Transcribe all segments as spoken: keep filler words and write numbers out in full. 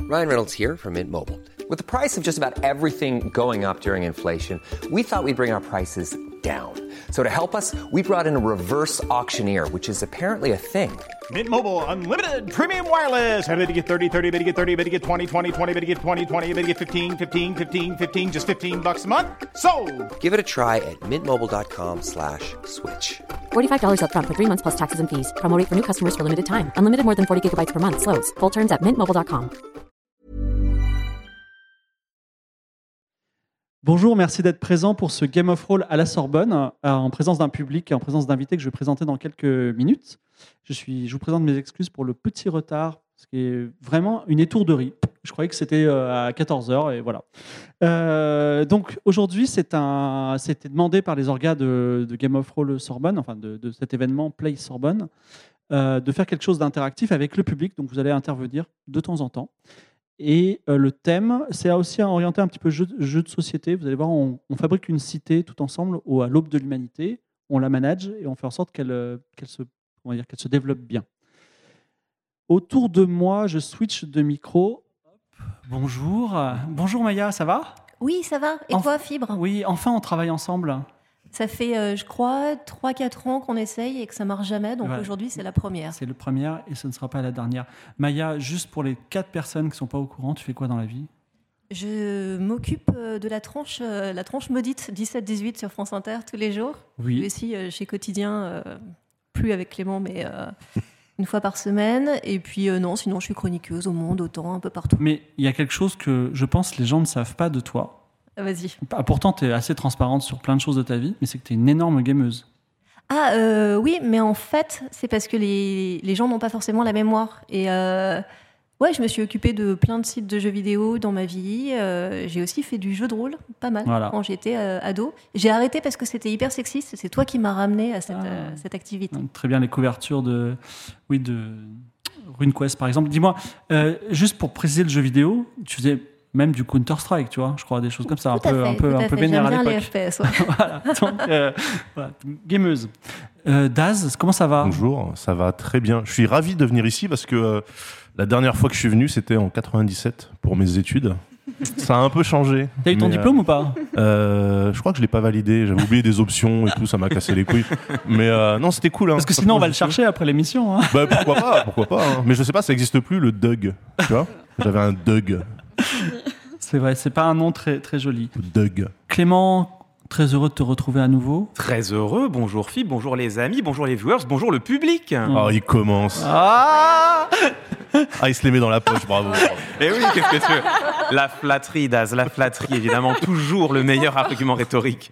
Ryan Reynolds here from Mint Mobile. With the price of just about everything going up during inflation, we thought we'd bring our prices down. So to help us, we brought in a reverse auctioneer, which is apparently a thing. Mint Mobile Unlimited Premium Wireless. How to get thirty, thirty, how to get thirty, how to get twenty, twenty, twenty, how to get twenty, twenty, how to get fifteen, fifteen, fifteen, fifteen, just fifteen bucks a month? Sold! Give it a try at mintmobile.com slash switch. forty-five dollars up front for three months plus taxes and fees. Promo rate for new customers for limited time. Unlimited more than forty gigabytes per month. Slows full terms at mint mobile dot com. Bonjour, merci d'être présent pour ce Game of Roll à la Sorbonne, euh, en présence d'un public et en présence d'invités que je vais présenter dans quelques minutes. Je, suis, je vous présente mes excuses pour le petit retard, ce qui est vraiment une étourderie. Je croyais que c'était euh, à quatorze heures et voilà. Euh, donc aujourd'hui, c'est un, c'était demandé par les orgas de, de Game of Roll Sorbonne, enfin de, de cet événement Play Sorbonne, euh, de faire quelque chose d'interactif avec le public. Donc vous allez intervenir de temps en temps. Et euh, le thème, c'est aussi orienté un petit peu jeu, jeu de société. Vous allez voir, on, on fabrique une cité tout ensemble au, à l'aube de l'humanité. On la manage et on fait en sorte qu'elle, euh, qu'elle, se, on va dire, qu'elle se développe bien. Autour de moi, je switch de micro. Hop. Bonjour. Bonjour Maya, ça va ? Oui, ça va. Et Enf- toi, Fibre ? Oui, enfin on travaille ensemble. Ça fait, euh, je crois, trois quatre ans qu'on essaye et que ça marche jamais. Donc Ouais. aujourd'hui, c'est la première. C'est la première et ce ne sera pas la dernière. Maya, juste pour les quatre personnes qui ne sont pas au courant, tu fais quoi dans la vie ? Je m'occupe euh, de la tranche, euh, la tranche maudite dix-sept dix-huit sur France Inter tous les jours. Oui. Je suis aussi euh, chez Quotidien, euh, plus avec Clément, mais euh, une fois par semaine. Et puis euh, non, sinon je suis chroniqueuse au Monde, au Temps, un peu partout. Mais il y a quelque chose que je pense les gens ne savent pas de toi. Ah, vas-y. Ah, pourtant, tu es assez transparente sur plein de choses de ta vie, mais c'est que tu es une énorme gameuse. Ah euh, oui, mais en fait, c'est parce que les, les gens n'ont pas forcément la mémoire. Et euh, ouais, je me suis occupée de plein de sites de jeux vidéo dans ma vie. Euh, j'ai aussi fait du jeu de rôle, pas mal, Voilà. quand j'étais euh, ado. J'ai arrêté parce que c'était hyper sexiste. C'est toi qui m'as ramené à cette, Ah. euh, cette activité. Donc, très bien, les couvertures de, oui, de RuneQuest, par exemple. Dis-moi, euh, juste pour préciser le jeu vidéo, tu faisais même du Counter-Strike, tu vois, je crois, des choses comme ça, un Tout à peu, fait, un peu, tout à un peu fait. vénère à J'aime bien l'époque. les F P S. Ouais. Voilà, donc, euh, voilà, gameuse. Euh, Daz, comment ça va ? Bonjour, ça va très bien. Je suis ravi de venir ici parce que euh, la dernière fois que je suis venu, c'était en quatre-vingt-dix-sept pour mes études. Ça a un peu changé. T'as eu ton mais, diplôme ou pas ? euh, Je crois que je l'ai pas validé. J'avais oublié des options et tout, ça m'a cassé les couilles. Mais euh, non, c'était cool. Hein. Parce que sinon, on va le chercher après l'émission. Hein. Bah, pourquoi pas, pourquoi pas. Hein. Mais je sais pas, ça n'existe plus le Doug. Tu vois ? J'avais un Doug. C'est vrai, c'est pas un nom très, très joli. Doug. Clément, très heureux de te retrouver à nouveau. Très heureux, bonjour Phil, bonjour les amis, bonjour les viewers, bonjour le public. Oh, il commence. Ah Ah, il se les met dans la poche, bravo. Et oui, qu'est-ce que tu veux ? La flatterie, Daz, la flatterie, évidemment, toujours le meilleur argument rhétorique.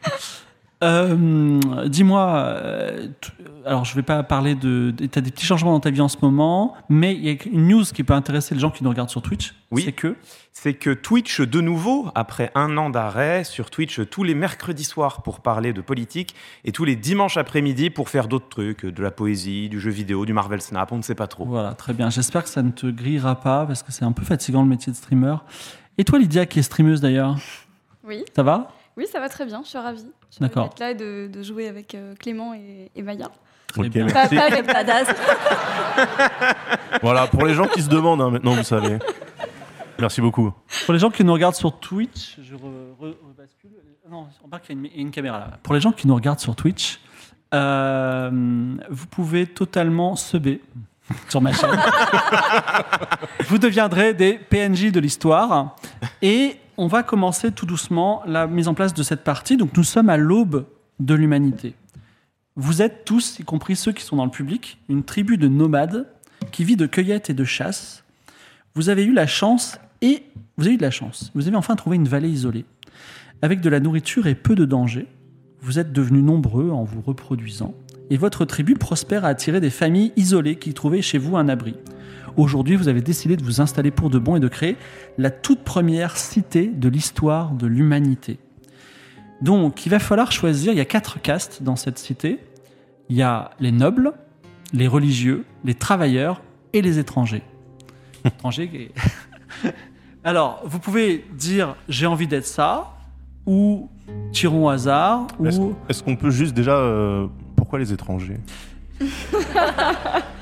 Euh, dis-moi, euh, t- alors je vais pas parler de. Tu as des petits changements dans ta vie en ce moment, mais il y a une news qui peut intéresser les gens qui nous regardent sur Twitch. Oui. C'est que. C'est que Twitch, de nouveau, après un an d'arrêt, sur Twitch tous les mercredis soirs pour parler de politique et tous les dimanches après-midi pour faire d'autres trucs, de la poésie, du jeu vidéo, du Marvel Snap, on ne sait pas trop. Voilà, très bien. J'espère que ça ne te grillera pas parce que c'est un peu fatigant le métier de streamer. Et toi, Lydia, qui est streameuse d'ailleurs, Oui, ça va ? oui, ça va très bien, je suis ravie. Je suis D'accord. ravie d'être là et de, de jouer avec euh, Clément et, et Maya. Très Ok, bien. Pas, merci. pas avec Badass. Voilà, pour les gens qui se demandent, hein, maintenant vous savez. Merci beaucoup. Pour les gens qui nous regardent sur Twitch, je re- re- rebascule. Non, on remarque qu'il y a une, il y a une caméra là. Pour les gens qui nous regardent sur Twitch, euh, vous pouvez totalement subber sur ma chaîne. Vous deviendrez des P N J de l'histoire. Et on va commencer tout doucement la mise en place de cette partie. Donc nous sommes à l'aube de l'humanité. Vous êtes tous, y compris ceux qui sont dans le public, une tribu de nomades qui vit de cueillette et de chasse. Vous avez eu la chance, et vous avez eu de la chance, vous avez enfin trouvé une vallée isolée, avec de la nourriture et peu de danger. Vous êtes devenus nombreux en vous reproduisant, et votre tribu prospère à attirer des familles isolées qui trouvaient chez vous un abri. Aujourd'hui, vous avez décidé de vous installer pour de bon et de créer la toute première cité de l'histoire de l'humanité. Donc, il va falloir choisir, il y a quatre castes dans cette cité. Il y a les nobles, les religieux, les travailleurs et les étrangers. étrangers. Alors, vous pouvez dire j'ai envie d'être ça, ou tirons au hasard, Est-ce, ou est-ce qu'on peut juste déjà... euh, pourquoi les étrangers ?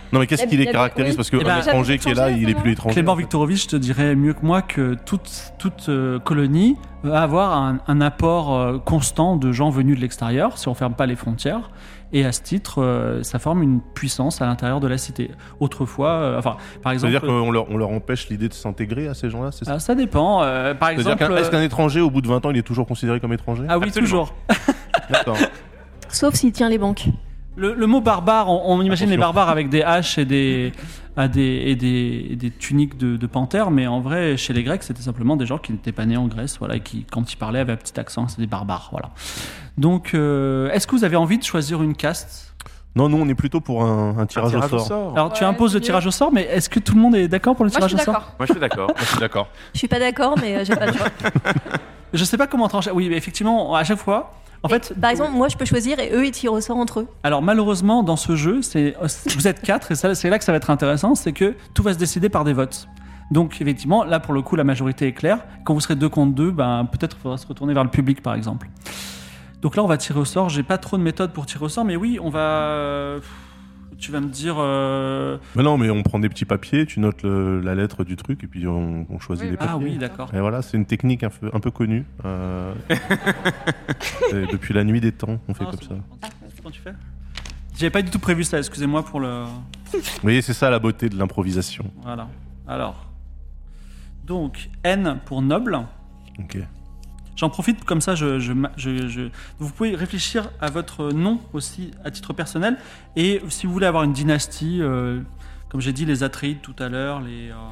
Non, mais qu'est-ce Il y a- qui il y les a- caractérise oui. Parce qu'un Eh ben, étranger qui est là, étranger, il est plus vraiment. étranger. Clément en fait. Viktorovitch te dirait mieux que moi que toute, toute euh, colonie va avoir un, un apport euh, constant de gens venus de l'extérieur, si on ne ferme pas les frontières. Et à ce titre, euh, ça forme une puissance à l'intérieur de la cité. Autrefois, euh, enfin, par exemple... C'est-à-dire qu'on leur, on leur empêche l'idée de s'intégrer à ces gens-là, c'est ça Ah, ça dépend. euh, par C'est-à-dire exemple... qu'un- est-ce euh, qu'un étranger, au bout de vingt ans, il est toujours considéré comme étranger Ah oui, Absolument. toujours. D'accord. Sauf s'il tient les banques. Le, le mot barbare, on, on imagine Attention. les barbares avec des haches et des, à des, et des, et des tuniques de, de panthères, mais en vrai, chez les Grecs, c'était simplement des gens qui n'étaient pas nés en Grèce, voilà, et qui, quand ils parlaient, avaient un petit accent, c'est des barbares, voilà. Donc, euh, est-ce que vous avez envie de choisir une caste ? Non, nous, on est plutôt pour un, un tirage, tirage au sort. Alors, tu Ouais, imposes le c'est tirage au sort, mais est-ce que tout le monde est d'accord pour le Moi, je tirage suis au sort ? d'accord. Moi, je suis d'accord. Je suis d'accord. Je suis pas d'accord, mais euh, j'ai pas le choix. Je sais pas comment trancher. Oui, mais effectivement, à chaque fois. En fait, Par exemple, moi, je peux choisir et eux, ils tirent au sort entre eux. alors malheureusement, dans ce jeu, c'est, vous êtes quatre, et ça, c'est là que ça va être intéressant, c'est que tout va se décider par des votes. Donc, effectivement, là, pour le coup, la majorité est claire. Quand vous serez deux contre deux, ben, peut-être il faudra se retourner vers le public, par exemple. Donc là, on va tirer au sort. J'ai pas trop de méthode pour tirer au sort, mais oui, on va... Tu vas me dire... euh, Mais non, mais on prend des petits papiers, tu notes le- la lettre du truc, et puis on, on choisit Oui, les voilà. papiers. Ah oui, d'accord. Et voilà, c'est une technique un peu, un peu connue. euh, et depuis la nuit des temps, on fait Ah, comme c'est ça. bon. Comment tu fais ? J'avais pas du tout prévu ça, excusez-moi pour le... Vous voyez, c'est ça la beauté de l'improvisation. Voilà. Alors... Donc, N pour noble. Ok. J'en profite, comme ça, je, je, je- je- vous pouvez réfléchir à votre nom aussi à titre personnel. Et si vous voulez avoir une dynastie, euh, comme j'ai dit, les Atreides tout à l'heure, les. euh,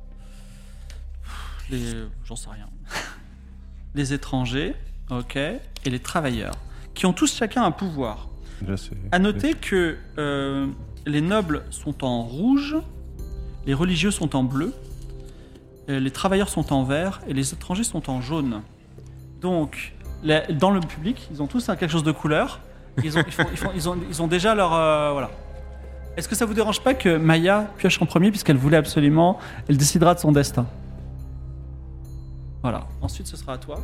les j'en sais rien. Les étrangers, ok, et les travailleurs, qui ont tous chacun un pouvoir. Là, c'est- À noter que euh, les nobles sont en rouge, les religieux sont en bleu, euh, les travailleurs sont en vert et les étrangers sont en jaune. Donc, la- dans le public, ils ont tous un- quelque chose de couleur. Ils ont, ils font- ils font- ils ont, ils ont déjà leur... euh, voilà. Est-ce que ça vous dérange pas que Maya pioche en premier puisqu'elle voulait absolument... Elle décidera de son destin. Voilà. Ensuite, ce sera à toi.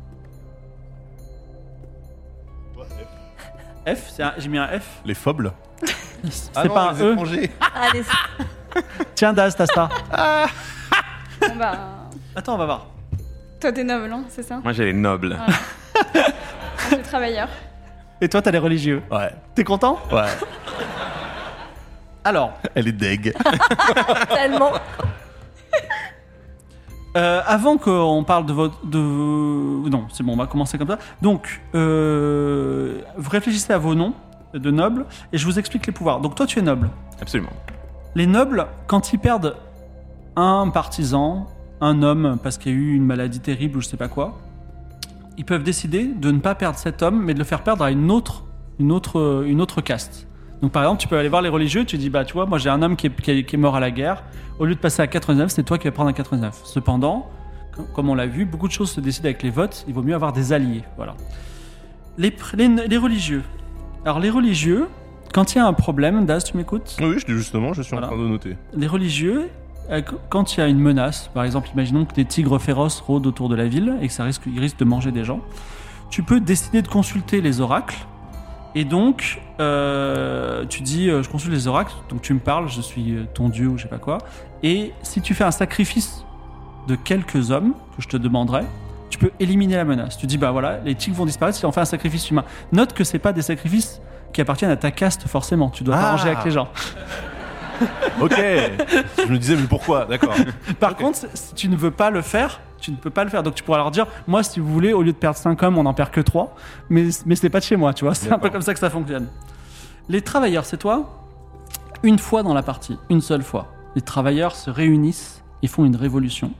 F, c'est un- j'ai mis un F. Les fobles. C'est Ah non, pas un les E. étrangers. Allez, Tiens, Daz, t'as ça. Bon, bah, Attends, on va voir. toi, t'es noble, hein, c'est ça Moi, j'ai les nobles. Voilà. Moi, je suis travailleur. Et toi, t'as les religieux. Ouais. T'es content? Ouais. Alors, Elle est deg. tellement. euh, avant qu'on parle de votre... De... Non, c'est bon, on va commencer comme ça. Donc, euh, vous réfléchissez à vos noms de nobles et je vous explique les pouvoirs. Donc, toi, tu es noble. Absolument. Les nobles, quand ils perdent un partisan, un homme, parce qu'il y a eu une maladie terrible ou je sais pas quoi, ils peuvent décider de ne pas perdre cet homme, mais de le faire perdre à une autre, une autre, une autre caste. Donc par exemple, tu peux aller voir les religieux, tu dis, bah tu vois, moi j'ai un homme qui est, qui est- qui est mort à la guerre, au lieu de passer à quatre-vingt-neuf, c'est toi qui vas prendre à quatre-vingt-neuf. Cependant, com- comme on l'a vu, beaucoup de choses se décident avec les votes, il vaut mieux avoir des alliés. Voilà. Les, pr- les, les religieux. Alors les religieux, quand il y a un problème, Daz, tu m'écoutes? Oui, je- justement, je suis Voilà. en train de noter. Les religieux, euh, qu- quand il y a une menace, par exemple, imaginons que des tigres féroces rôdent autour de la ville et que ça risque, ils risquent de manger des gens, tu peux décider de consulter les oracles. Et donc, euh, tu dis, euh, je consulte les oracles, donc tu me parles, je suis euh, ton dieu ou je sais pas quoi. Et si tu fais un sacrifice de quelques hommes, que je te demanderai, tu peux éliminer la menace. Tu dis, bah voilà, les tigres vont disparaître si on fait un sacrifice humain. Note que c'est pas des sacrifices qui appartiennent à ta caste forcément. Tu dois Ah. t'arranger avec les gens. Ok. Je me disais, mais pourquoi? D'accord. Par contre, si tu ne veux pas le faire, tu ne peux pas le faire. Donc tu pourras leur dire, moi, si vous voulez, au lieu de perdre cinq hommes, on n'en perd que trois. Mais, mais c'est pas de chez moi, tu vois. C'est un peu D'accord. comme ça que ça fonctionne. Les travailleurs, c'est toi. Une fois dans la partie, une seule fois, les travailleurs se réunissent, ils font une révolution.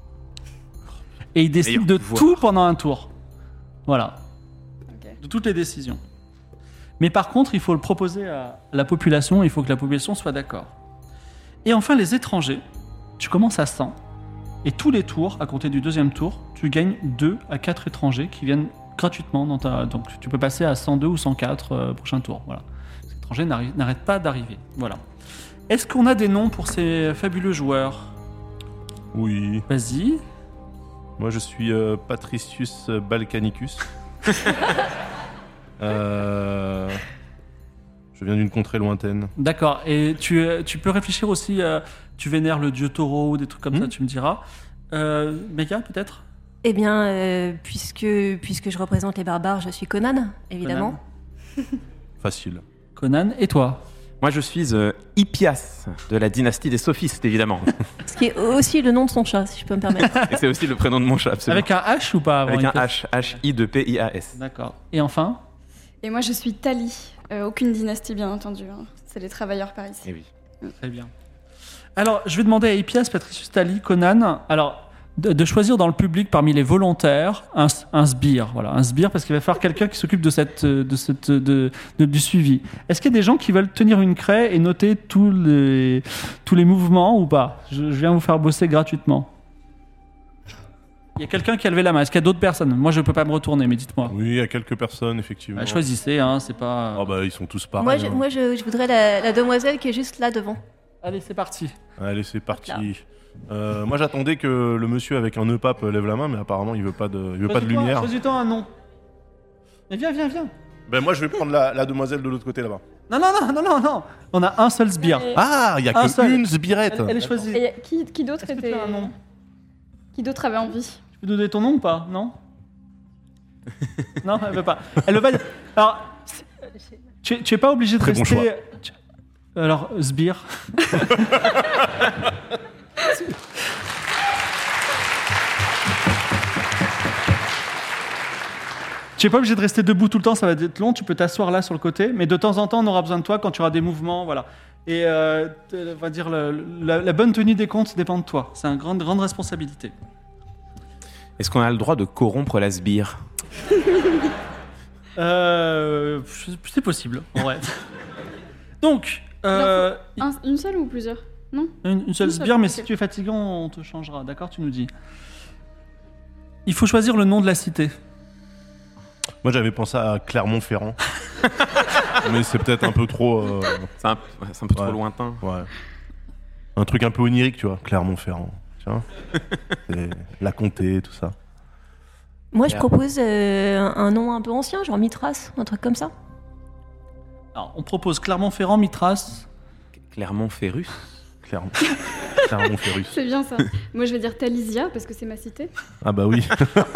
Et ils décident de Meilleur pouvoir. tout pendant un tour. Voilà. Ok. De toutes les décisions. Mais par contre, il faut le proposer à la population, il faut que la population soit d'accord. Et enfin, les étrangers, tu commences à cent, et tous les tours, à compter du deuxième tour, tu gagnes deux à quatre étrangers qui viennent gratuitement dans ta... Donc tu peux passer à cent deux ou cent quatre euh, prochain tour. Voilà. Les étrangers n'arri- n'arrêtent pas d'arriver. Voilà. Est-ce qu'on a des noms pour ces fabuleux joueurs? Oui. Vas-y. Moi, je suis euh, Patricius Balcanicus. euh... Je viens d'une contrée lointaine. D'accord. Et tu, euh, tu peux réfléchir aussi, euh, tu vénères le dieu taureau ou des trucs comme Hmm. ça, tu me diras. Euh, Méga, peut-être Eh bien, euh, puisque, puisque je représente les barbares, je suis Conan, évidemment. Facile. Conan, et toi? Moi, je suis euh, Hippias, de la dynastie des sophistes, évidemment. Ce qui est aussi le nom de son chat, si je peux me permettre. Et c'est aussi le prénom de mon chat, absolument. Avec un H ou pas avant Avec un Hippias H, H I deux P I A S. D'accord. Et enfin? Et moi, je suis Tali. Euh, aucune dynastie, bien entendu. hein. C'est les travailleurs par ici. Eh oui. Très bien. Alors, je vais demander à Hippias, Patricius, Tali, Conan, alors, de, de choisir dans le public parmi les volontaires un, un sbire. Voilà, un sbire, parce qu'il va falloir quelqu'un qui s'occupe de cette, de cette, de, de- du suivi. Est-ce qu'il y a des gens qui veulent tenir une craie et noter tous les, tous les mouvements ou pas? je, je viens vous faire bosser gratuitement. Il y a quelqu'un qui a levé la main. Est-ce qu'il y a d'autres personnes? Moi, je ne peux pas me retourner, mais dites-moi. Oui, il y a quelques personnes, effectivement. Bah, choisissez, hein, c'est pas... Ah bah, ils sont tous pareils. moi, je, hein. moi je, je voudrais la, la demoiselle qui est juste là devant. Allez, c'est parti. Allez, c'est parti. Euh, moi, j'attendais que le monsieur avec un nœud pape lève la main, mais apparemment, il veut pas de, il veut pas de Choisis-toi- lumière. Choisis-toi un nom. Mais viens, viens, viens. Ben moi, je vais prendre la, la demoiselle de l'autre côté là-bas. Non, non, non, non, non, non. On a un seul sbire. Et, Ah, il y a Un que seul. une sbirette. Elle, elle est choisie. et qui, qui d'autre Est-ce que tu était. as un nom? Qui d'autre avait envie? Tu peux donner ton nom ou pas? Non. Non, elle veut pas. Elle veut pas. Alors, tu, es- tu es pas obligé de Très bon rester. choix. tu- Alors, sbire. Tu n'es pas obligé de rester debout tout le temps, ça va être long. Tu peux t'asseoir là sur le côté, mais de temps en temps, on aura besoin de toi quand tu auras des mouvements, voilà. Et euh, t- on va dire le- la, la bonne tenue des comptes dépend de toi. C'est une grande, grande responsabilité. Est-ce qu'on a le droit de corrompre la sbire? Euh, c'est possible, en vrai. Donc, euh, Un- une seule ou plusieurs? Non? une, une seule une seule, sbire, mais ok. si tu es fatigant, on te changera. D'accord, tu nous dis. Il faut choisir le nom de la cité. Moi, j'avais pensé à Clermont-Ferrand. Mais c'est peut-être un peu trop. euh, C'est un, ouais, c'est un peu trop Ouais. lointain. ouais. Un truc un peu onirique, tu vois. Clermont-Ferrand. Tu vois. C'est la comté, tout ça. Moi, je Yeah. propose euh, un, un nom un peu ancien, genre Mithras, un truc comme ça. Alors, on propose Clermont-Ferrand, Mitras. Clermont-Ferrus. Clermont. Clermont-Ferrus. C'est bien ça. Moi, je vais dire Talisia parce que c'est ma cité. Ah bah oui.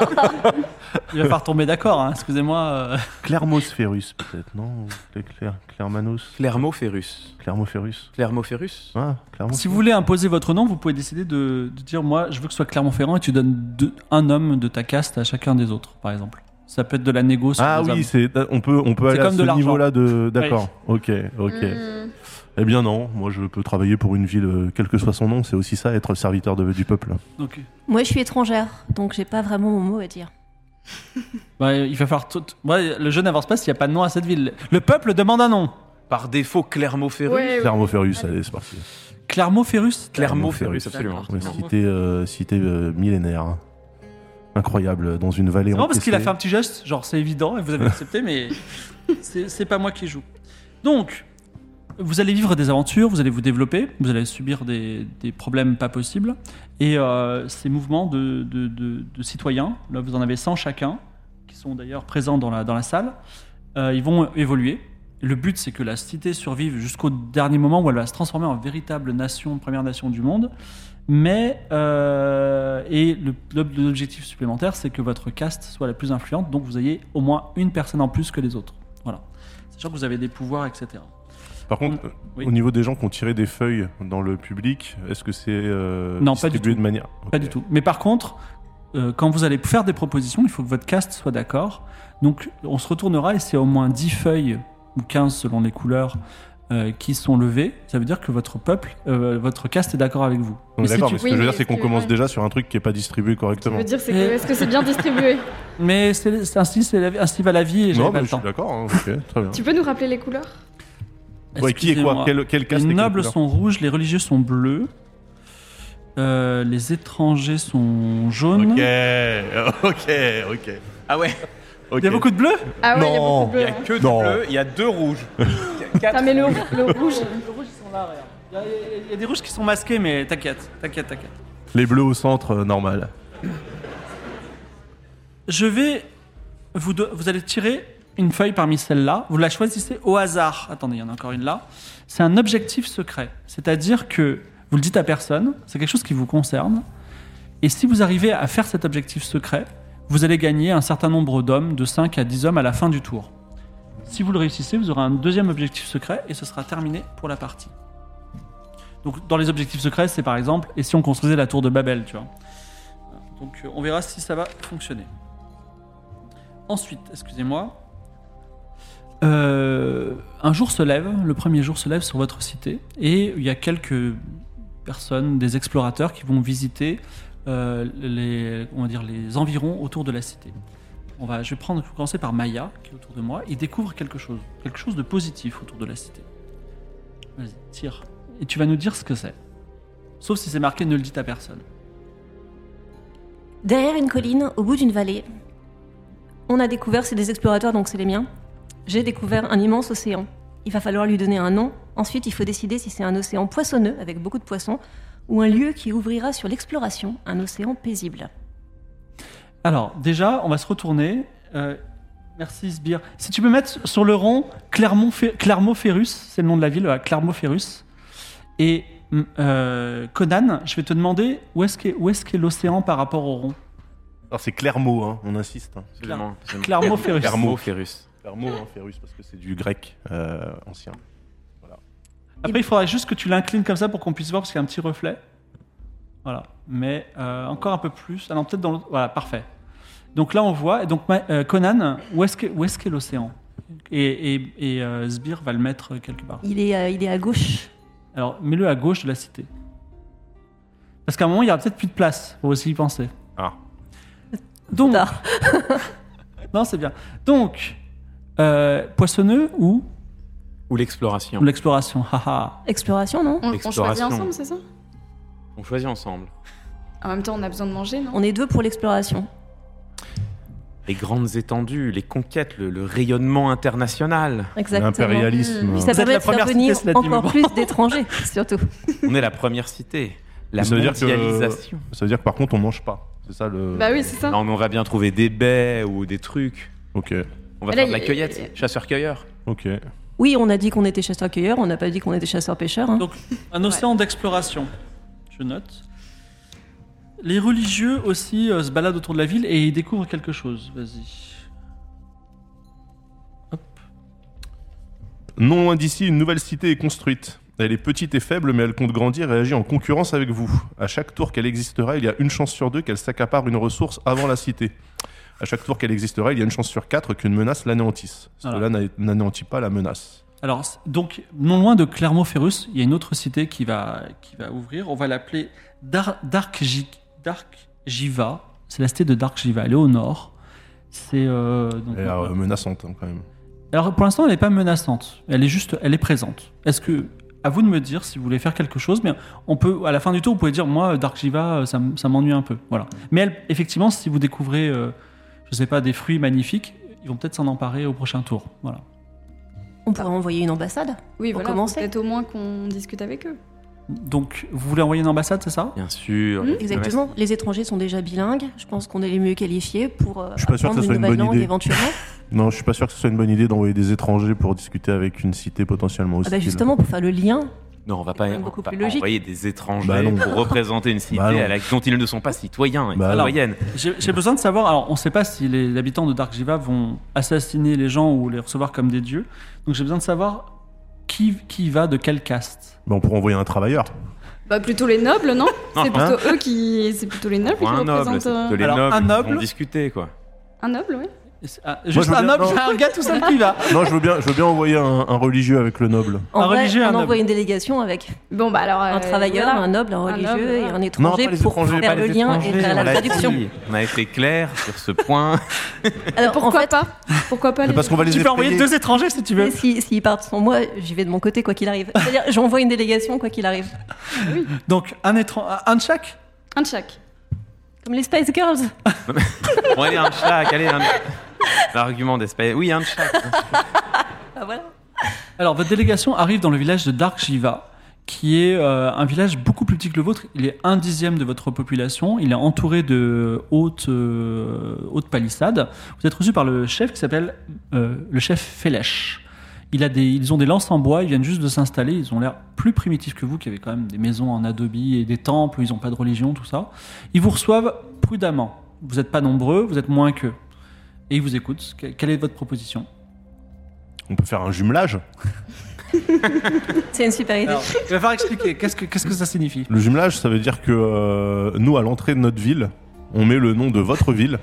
Il va falloir tomber d'accord, hein, excusez-moi. euh. Clermos-Ferus, peut-être, non Cler- Cler- Clermanos. Clermont-Ferus. Clermont-Ferus. Clermont-Ferus. Ah, Clermont. Si vous voulez imposer votre nom, vous pouvez décider de, de dire moi, je veux que ce soit Clermont-Ferrand et tu donnes deux- un homme de ta caste à chacun des autres, par exemple. Ça peut être de la négo sur Ah des oui, hommes. c'est on peut on peut C'est aller à comme de ce l'argent. niveau-là de d'accord. OK, OK. Hmm. Eh bien non, moi je peux travailler pour une ville euh, quel que soit son nom, c'est aussi ça être serviteur de- du peuple. Donc, Moi, je suis étrangère, donc j'ai pas vraiment mon mot à dire. bah, il va falloir tout. Ouais, le jeu n'avance pas s'il n'y a pas de nom à cette ville. Le peuple demande un nom. Par défaut, Clermont-Ferus. Ouais, ouais. Clermont-Ferus, allez, c'est parti. Clermont-Ferrus. Clermont-Ferrus, absolument. D'accord. Ouais, Clermont- cité euh, cité euh, millénaire. Incroyable dans une vallée C'est marrant parce qu'il a encaissée. fait un petit geste, genre c'est évident et vous avez accepté, mais c'est c'est pas moi qui joue. Donc, vous allez vivre des aventures, vous allez vous développer, vous allez subir des, des problèmes pas possibles. Et euh, ces mouvements de, de- de- de citoyens, là vous en avez cent chacun, qui sont d'ailleurs présents dans la, dans la salle, euh, ils vont évoluer. Et le but c'est que la cité survive jusqu'au dernier moment où elle va se transformer en véritable nation, première nation du monde. Mais, euh, et le- l'ob- l'objectif supplémentaire, c'est que votre caste soit la plus influente, donc vous ayez au moins une personne en plus que les autres. Voilà. Sachant que vous avez des pouvoirs, et cetera. Par contre, euh, Oui. au niveau des gens qui ont tiré des feuilles dans le public, est-ce que c'est euh, Non, pas du distribué tout. de manière Pas Ok. du tout. Mais par contre, euh, quand vous allez faire des propositions, il faut que votre caste soit d'accord. Donc on se retournera et c'est au moins dix feuilles, ou quinze selon les couleurs, euh, qui sont levées. Ça veut dire que votre peuple, euh, votre caste est d'accord avec vous. On est Mais si d'accord, tu- mais ce Oui, que je veux mais dire, c'est qu'on est-ce que- commence ouais. déjà sur un truc qui n'est pas distribué Je correctement. veux dire, c'est que, Et- est-ce que c'est bien distribué? Mais c'est c'est ainsi, c'est la- ainsi va la vie et j'avais Non, pas mais le je suis temps. d'accord, hein, ok, très bien. Tu peux nous rappeler les couleurs? Ouais, qui est quoi Excusez-moi. Quel, quel caste et Les quelle nobles couleur sont rouges, les religieux sont bleus, euh, les étrangers sont jaunes. Ok, ok, ok. Ah ouais. ok. Il y a beaucoup de bleus. Ah ouais, il y a Non. beaucoup Il de y bleu. a hein. que du Non. bleu, il y a deux rouges. Ah, mais le, le rouge. Les rouges ils sont là, regarde. Il y, a, il y a des rouges qui sont masqués, mais t'inquiète, t'inquiète, t'inquiète. Les bleus au centre, euh, normal. Je vais vous, do- vous allez tirer une feuille parmi celles-là. Vous la choisissez au hasard. Attendez, il y en a encore une là. C'est un objectif secret. C'est-à-dire que vous le dites à personne. C'est quelque chose qui vous concerne. Et si vous arrivez à faire cet objectif secret, vous allez gagner un certain nombre d'hommes, de cinq à dix hommes à la fin du tour. Si vous le réussissez, vous aurez un deuxième objectif secret et ce sera terminé pour la partie. Donc, dans les objectifs secrets, c'est par exemple, et si on construisait la tour de Babel, tu vois. Donc, on verra si ça va fonctionner. Ensuite, excusez-moi, euh, un jour se lève, le premier jour se lève sur votre cité, et il y a quelques personnes, des explorateurs qui vont visiter euh, les, on va dire, les environs autour de la cité. On va, je vais prendre, je vais commencer par Maya, qui est autour de moi. Il découvre quelque chose, quelque chose de positif autour de la cité. Vas-y, tire. Et tu vas nous dire ce que c'est. Sauf si c'est marqué, ne le dites à personne. Derrière une colline, au bout d'une vallée, on a découvert, c'est des explorateurs donc c'est les miens, j'ai découvert un immense océan. Il va falloir lui donner un nom. Ensuite, il faut décider si c'est un océan poissonneux, avec beaucoup de poissons, ou un lieu qui ouvrira sur l'exploration, un océan paisible. Alors, déjà, on va se retourner. Euh, merci, Sbire. Si tu peux mettre sur le rond Clermont-Fer- Clermont-Ferrus, c'est le nom de la ville, Clermont-Ferrus. Et euh, Conan, je vais te demander où est-ce qu'est, où est-ce qu'est l'océan par rapport au rond. Alors c'est Clermont, hein, on insiste. Hein. Absolument. Clermont-Ferrus. Clermont-Ferrus. Clermont, hein, Ferrus, parce que c'est du grec euh, ancien. Voilà. Après, il faudra juste que tu l'inclines comme ça pour qu'on puisse voir, parce qu'il y a un petit reflet. Voilà. Mais euh, encore un peu plus. Ah non, peut-être dans l'autre. Voilà, parfait. Donc là, on voit. Et donc, euh, Conan, où est-ce, que, où est-ce qu'est l'océan ? Et, et, et euh, Sbire va le mettre quelque part. Il est, euh, il est à gauche. Alors, mets-le à gauche de la cité. Parce qu'à un moment, il n'y aura peut-être plus de place. Il faut aussi y penser. Ah. Donc. Non, c'est bien. Donc, euh, poissonneux ou Ou l'exploration. Ou l'exploration. Haha. Exploration, non ? On, on Exploration. choisit ensemble, c'est ça ? On choisit ensemble. En même temps, on a besoin de manger, non ? On est deux pour l'exploration. Les grandes étendues, les conquêtes, le, le rayonnement international. Exactement. L'impérialisme. Puis ça Vous êtes permet la de faire première cité, venir cela dit, mais encore bon. plus d'étrangers, surtout. On est la première cité. La Ça veut dire que- mondialisation. Ça veut dire que par contre on mange pas. C'est ça le. Bah oui, c'est ça. Non, mais on va bien trouver des baies ou des trucs. Ok, On va Mais là, faire de la il y a- cueillette, chasseur-cueilleur. ok. Oui, on a dit qu'on était chasseurs-cueilleurs, on n'a pas dit qu'on était chasseurs-pêcheurs. hein. Donc, un océan d'exploration. Je note. Les religieux aussi euh, se baladent autour de la ville et ils découvrent quelque chose. Vas-y. Hop. Non loin d'ici, une nouvelle cité est construite. Elle est petite et faible, mais elle compte grandir et agit en concurrence avec vous. À chaque tour qu'elle existera, il y a une chance sur deux qu'elle s'accapare une ressource avant la cité. À chaque tour qu'elle existera, il y a une chance sur quatre qu'une menace l'anéantisse. Voilà. Cela n'a- n'anéantit pas la menace. Alors, c- donc, non loin de Clermont-Ferrus, il y a une autre cité qui va, qui va ouvrir. On va l'appeler Dar- Darkji- Darkjiva. C'est la cité de Darkjiva. Elle est au nord. C'est. euh, donc, Elle est on- euh, menaçante hein, quand même. Alors, pour l'instant, elle n'est pas menaçante. Elle est juste. Elle est présente. Est-ce que. À vous de me dire si vous voulez faire quelque chose, mais on peut, à la fin du tour, vous pouvez dire, moi, Darkjiva, ça, m- ça m'ennuie un peu. Voilà. Mais elle, effectivement, si vous découvrez, euh, je sais pas, des fruits magnifiques, ils vont peut-être s'en emparer au prochain tour. Voilà. On pourrait envoyer une ambassade. Oui, Pour voilà, faut commencer. peut-être au moins qu'on discute avec eux. Donc, vous voulez envoyer une ambassade, c'est ça? Bien sûr. Mmh, Exactement. Les étrangers sont déjà bilingues. Je pense qu'on est les mieux qualifiés pour euh, Je suis pas sûr que apprendre ce soit une nouvelle bonne langue idée. éventuellement. Non, je suis pas sûr que ce soit une bonne idée d'envoyer des étrangers pour discuter avec une cité potentiellement Ah hostile. bah justement, pour faire le lien. Non, on va pas, C'est on beaucoup va plus pas logique. envoyer des étrangers Bah non. pour représenter une cité Bah non. à la- dont ils ne sont pas citoyens et Bah non. citoyennes. J'ai j'ai besoin de savoir, alors on ne sait pas si les habitants de Darkjiva vont assassiner les gens ou les recevoir comme des dieux, donc j'ai besoin de savoir qui, qui va de quelle caste. Bah, on pourrait envoyer un travailleur. Bah plutôt les nobles, non Non, C'est plutôt eux qui, c'est plutôt les nobles Pour qui un noble, représentent. c'est euh, plutôt les Alors, nobles un qui noble- vont discuter, quoi. Un noble, oui. Et c'est- ah, juste je veux un bien- noble, non. un gars tout seul qui va. Non, je veux bien, je veux bien envoyer un, un religieux avec le noble. En Un vrai, religieux, un on noble. envoie une délégation avec Bon bah alors. un euh, travailleur, voilà. un noble, un Un religieux noble, et voilà. un étranger pas les pour étrangers, faire Pas le les lien étrangers, et faire on la l'a traduction. dit. On a été clair sur ce point. Alors, en Pourquoi fait, pas Pourquoi pas Mais les parce qu'on va les Tu peux envoyer effrayer. deux étrangers si tu veux. si- s'ils partent sans moi, j'y vais de mon côté quoi qu'il arrive. C'est-à-dire, j'envoie une délégation quoi qu'il arrive. Donc un, étran- un de chaque. Un de chaque. Comme les Spice Girls. Bon, allez, un de chaque, allez, un... L'argument d'espèce. Oui, un de chaque. Ah, voilà. Alors votre délégation arrive dans le village de Darkjiva, qui est euh, un village beaucoup plus petit que le vôtre. Il est un dixième de votre population. Il est entouré de hautes, euh, hautes palissades. Vous êtes reçu par le chef qui s'appelle euh, le chef Felesh. Il a des, ils ont des lances en bois, ils viennent juste de s'installer. Ils ont l'air plus primitifs que vous, qui avez quand même des maisons en adobe et des temples où ils n'ont pas de religion, tout ça. Ils vous reçoivent prudemment. Vous n'êtes pas nombreux, vous êtes moins qu'eux. Et ils vous écoutent. Quelle est votre proposition ? On peut faire un jumelage. C'est une super idée. Alors, il va falloir expliquer. Qu'est-ce que, qu'est-ce que ça signifie ? Le jumelage, ça veut dire que euh, nous, à l'entrée de notre ville, on met le nom de votre ville.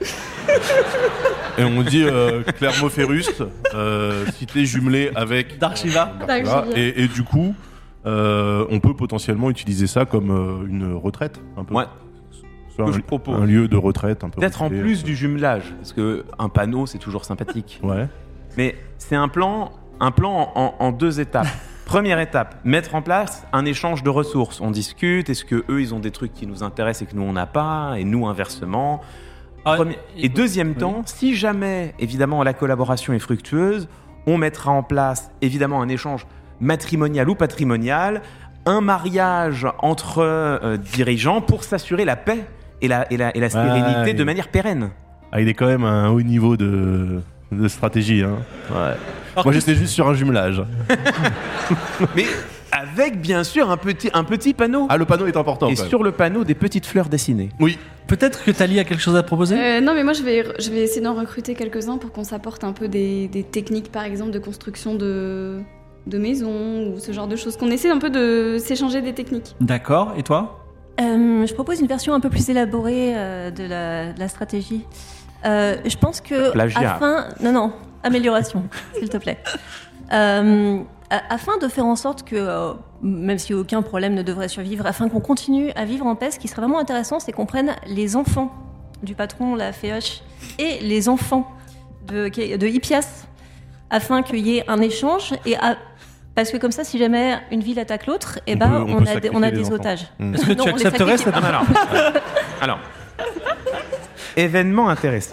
Et on dit euh, Clermont-Ferrus, euh, cité jumelée avec D'Archiva. euh, D'Archiva. Et, et du coup, euh, on peut potentiellement utiliser ça comme euh, une retraite, un peu. Ouais. Soit Que un, je propose. un lieu de retraite, un peu. Peut-être en reculé. plus du jumelage, parce que un panneau c'est toujours sympathique. Ouais. Mais c'est un plan, un plan en, en deux étapes. Première étape, mettre en place un échange de ressources. On discute, est-ce que eux ils ont des trucs qui nous intéressent et que nous on n'a pas, et nous inversement. Ah, Premier- Et deuxième oui. temps, si jamais évidemment la collaboration est fructueuse, on mettra en place évidemment un échange matrimonial ou patrimonial, un mariage entre euh, dirigeants pour s'assurer la paix et la, et la, et la sérénité Ouais. de manière pérenne. Ah, il est quand même à un haut niveau de, de stratégie. Hein. Ouais. Alors, Moi, j'étais juste sur un jumelage. Mais avec bien sûr un petit, un petit panneau. Ah, le panneau est important. Et quand même. sur le panneau, des petites fleurs dessinées. Oui. Peut-être que Thalie a quelque chose à proposer ? Euh, non, mais moi, je vais, je vais essayer d'en recruter quelques-uns pour qu'on s'apporte un peu des, des techniques, par exemple, de construction de, de maisons ou ce genre de choses. Qu'on essaie un peu de s'échanger des techniques. D'accord. Et toi ? Euh, je propose une version un peu plus élaborée euh, de, la, de la stratégie. Euh, je pense que Plagiat. afin, non non, amélioration, s'il te plaît. Euh, a- afin de faire en sorte que, euh, même si aucun problème ne devrait survivre, afin qu'on continue à vivre en paix, ce qui serait vraiment intéressant, c'est qu'on prenne les enfants du patron, la Féoche, et les enfants de, de Hippias, afin qu'il y ait un échange et à- parce que comme ça, si jamais une ville attaque l'autre, eh On ben, peut- on on, peut a, des- sacrifier on a les des enfants. otages. Mmh. Est-ce que Non, tu on les accepterais sacrifie cette... pas. Alors, alors, événement intéressant.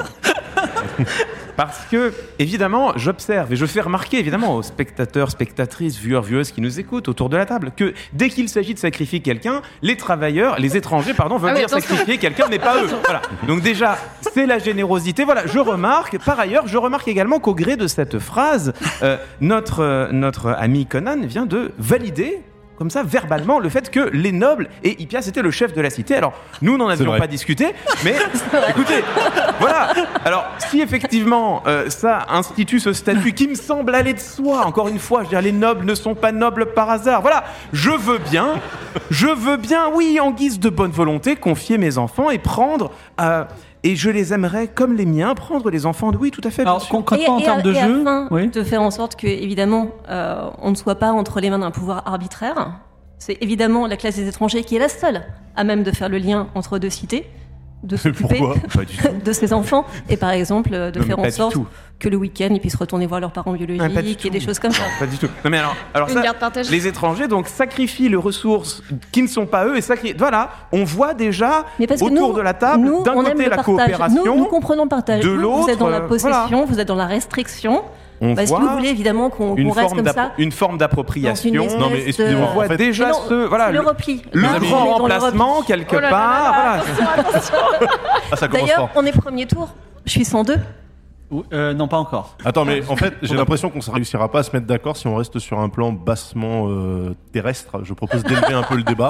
Parce que, évidemment, j'observe et je fais remarquer, évidemment, aux spectateurs, spectatrices, viewers, vieweuses qui nous écoutent autour de la table, que dès qu'il s'agit de sacrifier quelqu'un, les travailleurs, les étrangers, pardon, veulent Ah oui, venir attention. sacrifier quelqu'un, mais pas eux. Voilà. Donc déjà, c'est la générosité. Voilà, je remarque. Par ailleurs, je remarque également qu'au gré de cette phrase, euh, notre, euh, notre ami Conan vient de valider comme ça, verbalement, le fait que les nobles, et Hippias était le chef de la cité. Alors, nous n'en avions vrai. pas discuté, mais écoutez, voilà. Alors, si effectivement, euh, ça institue ce statut qui me semble aller de soi, encore une fois, je veux dire, les nobles ne sont pas nobles par hasard. Voilà, je veux bien, je veux bien, oui, en guise de bonne volonté, confier mes enfants et prendre... euh, et je les aimerais, comme les miens, prendre les enfants de... Oui, tout à fait, bien Alors, sûr. concrètement, en et, termes de et jeu... afin Oui. de faire en sorte que, évidemment, euh, on ne soit pas entre les mains d'un pouvoir arbitraire, c'est évidemment la classe des étrangers qui est la seule à même de faire le lien entre deux cités, de s'occuper Pourquoi Pas du tout. de ses enfants, et par exemple euh, de Non, mais faire pas en du sorte tout. que le week-end ils puissent retourner voir leurs parents biologiques Ah, pas du et tout. des choses comme ça. Pas du tout. Non mais alors, alors Une ça, garde partagée. les étrangers donc sacrifient les ressources qui ne sont pas eux et sacrifient. Voilà, on voit déjà Mais parce que autour nous, de la table nous, d'un on aime côté le la partage. coopération, Nous, nous comprenons le partage. de Vous, l'autre, vous êtes dans la euh, possession, voilà. vous êtes dans la restriction. on Parce que voit vous voulez évidemment qu'on une qu'on reste forme comme d'appro- ça. une forme d'appropriation. Dans une espèce Non, mais excusez-moi, de- On voit en fait- déjà Mais non, ce voilà c'est le le, repli. le Là, on est grand dans le remplacement repli. quelque Oh là là part. là là, Voilà. Ah, ça commence D'ailleurs, fort. on est premier tour. Je suis cent deux. Ou- euh, non, pas encore. Attends, mais en fait, j'ai l'impression qu'on ne réussira pas à se mettre d'accord si on reste sur un plan bassement euh, terrestre. Je propose d'élever un peu le débat.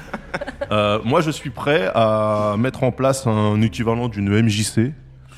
Euh, moi, je suis prêt à mettre en place un équivalent d'une M J C.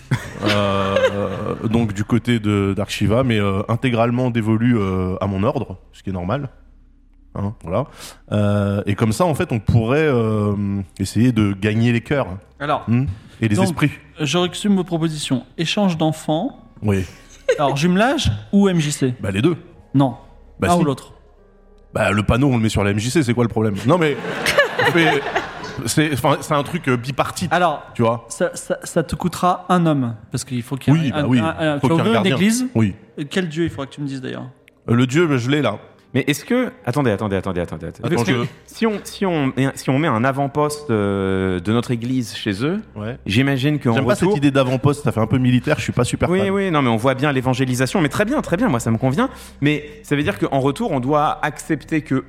Euh, euh, donc du côté de d'Archiva, mais euh, intégralement dévolu euh, à mon ordre, ce qui est normal. Hein, voilà. Euh, et comme ça, en fait, on pourrait euh, essayer de gagner les cœurs Alors, hmm, et les donc, esprits. je résume vos propositions. Échange d'enfants. Oui. Alors, jumelage ou M J C ? Bah les deux. Non. Bah, Un si. ou l'autre. Bah le panneau, on le met sur la M J C, c'est quoi le problème? Non mais, on fait- c'est, enfin, c'est un truc euh, bipartite, Alors, tu vois. ça, ça, ça te coûtera un homme. Parce qu'il faut qu'il y ait Oui, un, bah oui. un- un- Faut tu qu'il y ait un veux une gardien. église. Oui. Quel dieu il faudra que tu me dises d'ailleurs. Euh, Le dieu, bah, je l'ai là. Mais est-ce que attendez attendez attendez attendez attendez. Attends, Parce que je- si on si on si on met un avant-poste euh, de notre église chez eux, Ouais. j'imagine qu'en J'aime pas retour cette idée d'avant-poste, ça fait un peu militaire, je suis pas super Oui, fan. oui, non, mais on voit bien l'évangélisation, mais très bien, très bien, moi ça me convient. Mais ça veut dire qu'en retour, on doit accepter que eux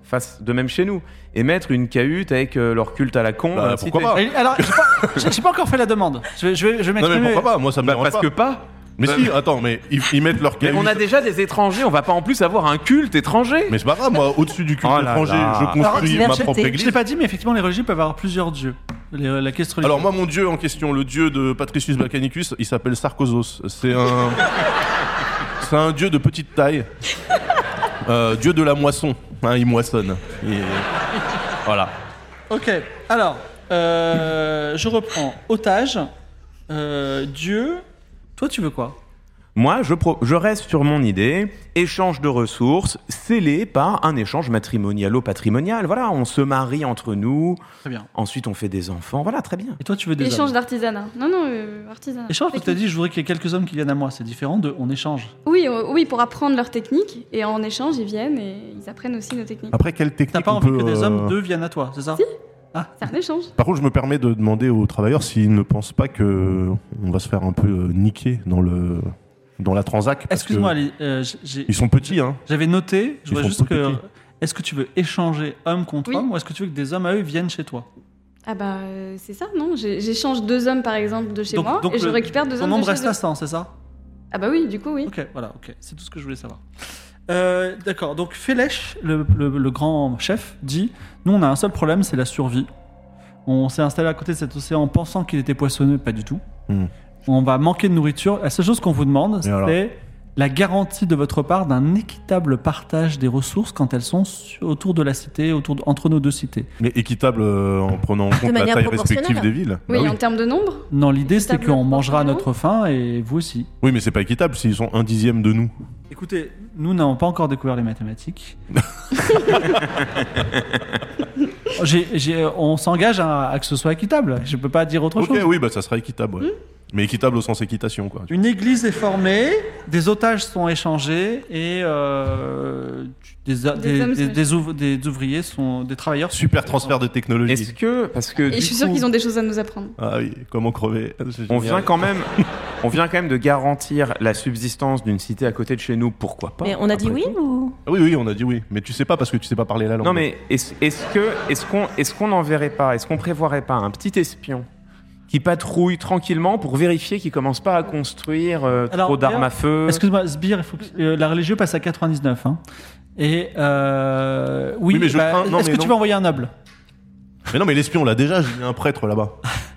fassent de même chez nous et mettre une cahute avec euh, leur culte à la con. Bah, euh, pourquoi cité. pas Et alors, j'ai pas, j'ai- j'ai pas encore fait la demande. Je vais, je vais, je vais Non, mais m'exprimer. pourquoi pas? Moi, ça me Bah, dérange parce pas. que pas. Mais si, attends, mais ils, ils mettent leur Mais cahute. on a déjà des étrangers, on va pas en plus avoir un culte étranger. Mais c'est pas grave, moi, au-dessus du culte Oh là étranger, là. je construis Alors, ma diversité. propre Je église. l'ai pas dit, mais effectivement, les religieux peuvent avoir plusieurs dieux. Les- la question Alors moi, mon dieu en question, le dieu de Patricius Balcanicus, il s'appelle Sarkozos. C'est un, c'est un dieu de petite taille, euh, dieu de la moisson. Hein, il moissonne. Et... Voilà. Ok, alors, euh, je reprends. Otage, euh, Dieu. Toi, tu veux quoi? Moi, je, pro- je reste sur mon idée. Échange de ressources scellé par un échange matrimonialo-patrimonial. Voilà, on se marie entre nous. Très bien. Ensuite, on fait des enfants. Voilà, très bien. Et toi, tu veux des Échange hommes? d'artisanat. Non, non, euh, artisanat. Échange, parce que tu as dit, je voudrais qu'il y ait quelques hommes qui viennent à moi. C'est différent de on échange. Oui, euh, oui, pour apprendre leur technique. Et en échange, ils viennent et ils apprennent aussi nos techniques. Après, quelle technique T'as pas on envie peut, que des euh, hommes, deux viennent à toi, c'est ça? Si. Ah, C'est un échange. Par contre, je me permets de demander aux travailleurs s'ils ne pensent pas que on va se faire un peu euh, niquer dans le dans la transac. parce excuse-moi, que Ali, euh, j'ai- Ils sont petits, hein. j'avais noté, je Ils voudrais sont juste que. petits. Est-ce que tu veux échanger homme contre Oui. homme ou est-ce que tu veux que des hommes à eux viennent chez toi? Ah bah, euh, c'est ça, non J'ai- J'échange deux hommes, par exemple, de chez Donc- moi donc et je le- récupère deux Ton hommes de nombre chez reste eux. à cent, c'est ça? Ah bah oui, du coup, oui. Ok, voilà, ok. C'est tout ce que je voulais savoir. Euh, D'accord, donc Félèche, le, le- le grand chef, dit nous, on a un seul problème, c'est la survie. On s'est installé à côté de cet océan en pensant qu'il était poissonneux, pas du tout. Hmm. On va manquer de nourriture. La seule chose qu'on vous demande, c'est alors la garantie de votre part d'un équitable partage des ressources quand elles sont sur- autour de la cité, autour de- entre nos deux cités. Mais équitable euh, en prenant en compte la manière taille proportionnelle. respective des villes. Oui, Bah oui. en termes de nombre. Non, l'idée, c'est Équitable qu'on mangera à proportionnellement. notre faim et vous aussi. Oui, mais c'est pas équitable s'ils sont un dixième de nous. Écoutez, nous n'avons pas encore découvert les mathématiques. J'ai- j'ai- on s'engage à, à que ce soit équitable. Je peux pas dire autre Ok, chose. oui, bah ça sera équitable. ouais. Mais équitable au sens équitation, quoi. Une église est formée, des otages sont échangés et euh, des, des, Des hommes des- sont des ouv- des ouvriers sont des travailleurs. Super transfert de technologie. Est-ce que, parce que Et du je suis sûre coup, qu'ils ont des choses à nous apprendre. Ah oui, comment crever. C'est on génial. vient quand même, on vient quand même de garantir la subsistance d'une cité à côté de chez nous. Pourquoi pas Mais on a dit après oui tout. ou Ah oui, oui, on a dit oui. Mais tu sais pas parce que tu sais pas parler la langue. Non mais est-ce est-ce que est-ce qu'on est-ce qu'on n'enverrait pas, est-ce qu'on prévoirait pas un petit espion qui patrouille tranquillement pour vérifier qu'il commence pas à construire euh, Alors, trop d'armes d'ailleurs, à feu? Excuse-moi, Sbire, il faut que- euh, la religieux passe à quatre-vingt-dix-neuf. Hein. Et euh, oui, Oui, mais je bah, crains- non, est-ce mais que non. tu vas envoyer un noble? Mais non, mais l'espion, là, déjà, j'ai mis un prêtre là-bas.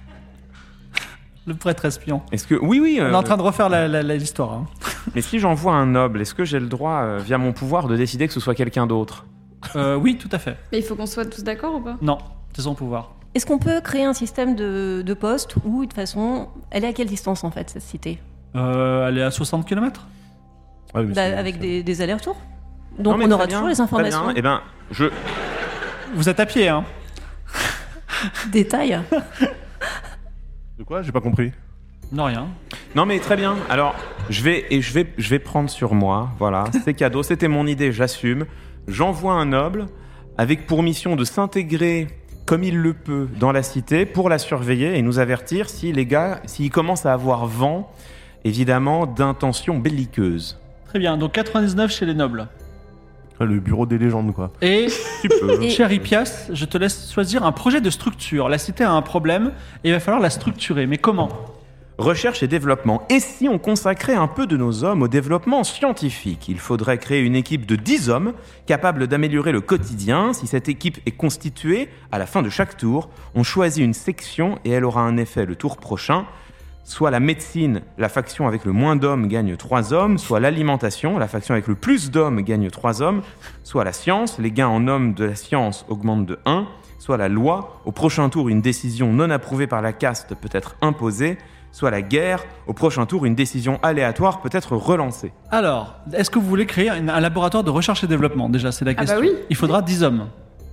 Le prêtre espion. Est-ce que oui oui. On est euh, en train de refaire la- la- la- l'histoire. Hein. Mais si j'envoie un noble, est-ce que j'ai le droit, euh, via mon pouvoir, de décider que ce soit quelqu'un d'autre? Euh, oui, tout à fait. Mais il faut qu'on soit tous d'accord ou pas Non, c'est son pouvoir. est-ce qu'on peut créer un système de, de postes où, de toute façon, elle est à quelle distance en fait cette cité Euh, elle est à soixante kilomètres. Ah oui, mais Bah, c'est- Avec c'est- des, des allers-retours. Donc Non, mais on très aura bien, toujours les très informations. bien. Eh ben, je Vous êtes à pied, hein? Détail. De quoi? J'ai pas compris. Non, rien. Non mais très bien. Alors, je vais et je vais je vais prendre sur moi. Voilà, c'est cadeau. C'était mon idée, j'assume. J'envoie un noble avec pour mission de s'intégrer comme il le peut dans la cité pour la surveiller et nous avertir si les gars, s'ils commencent à avoir vent, évidemment, d'intentions belliqueuses. Très bien, donc quatre-vingt-dix-neuf chez les nobles. Ah, le bureau des légendes, quoi. Et, Tu peux. Et- cher Hippias, je te laisse choisir un projet de structure. La cité a un problème et il va falloir la structurer. Mais comment? Recherche et développement. Et si on consacrait un peu de nos hommes au développement scientifique? Il faudrait créer une équipe de dix hommes capables d'améliorer le quotidien. Si cette équipe est constituée, à la fin de chaque tour, on choisit une section et elle aura un effet le tour prochain. Soit la médecine, la faction avec le moins d'hommes gagne trois hommes, soit l'alimentation, la faction avec le plus d'hommes gagne trois hommes, soit la science, les gains en hommes de la science augmentent de un, soit la loi, au prochain tour une décision non approuvée par la caste peut être imposée, soit la guerre, au prochain tour une décision aléatoire peut être relancée. Alors, est-ce que vous voulez créer un, un laboratoire de recherche et développement? Déjà, c'est la Ah bah question. oui. Il faudra dix hommes.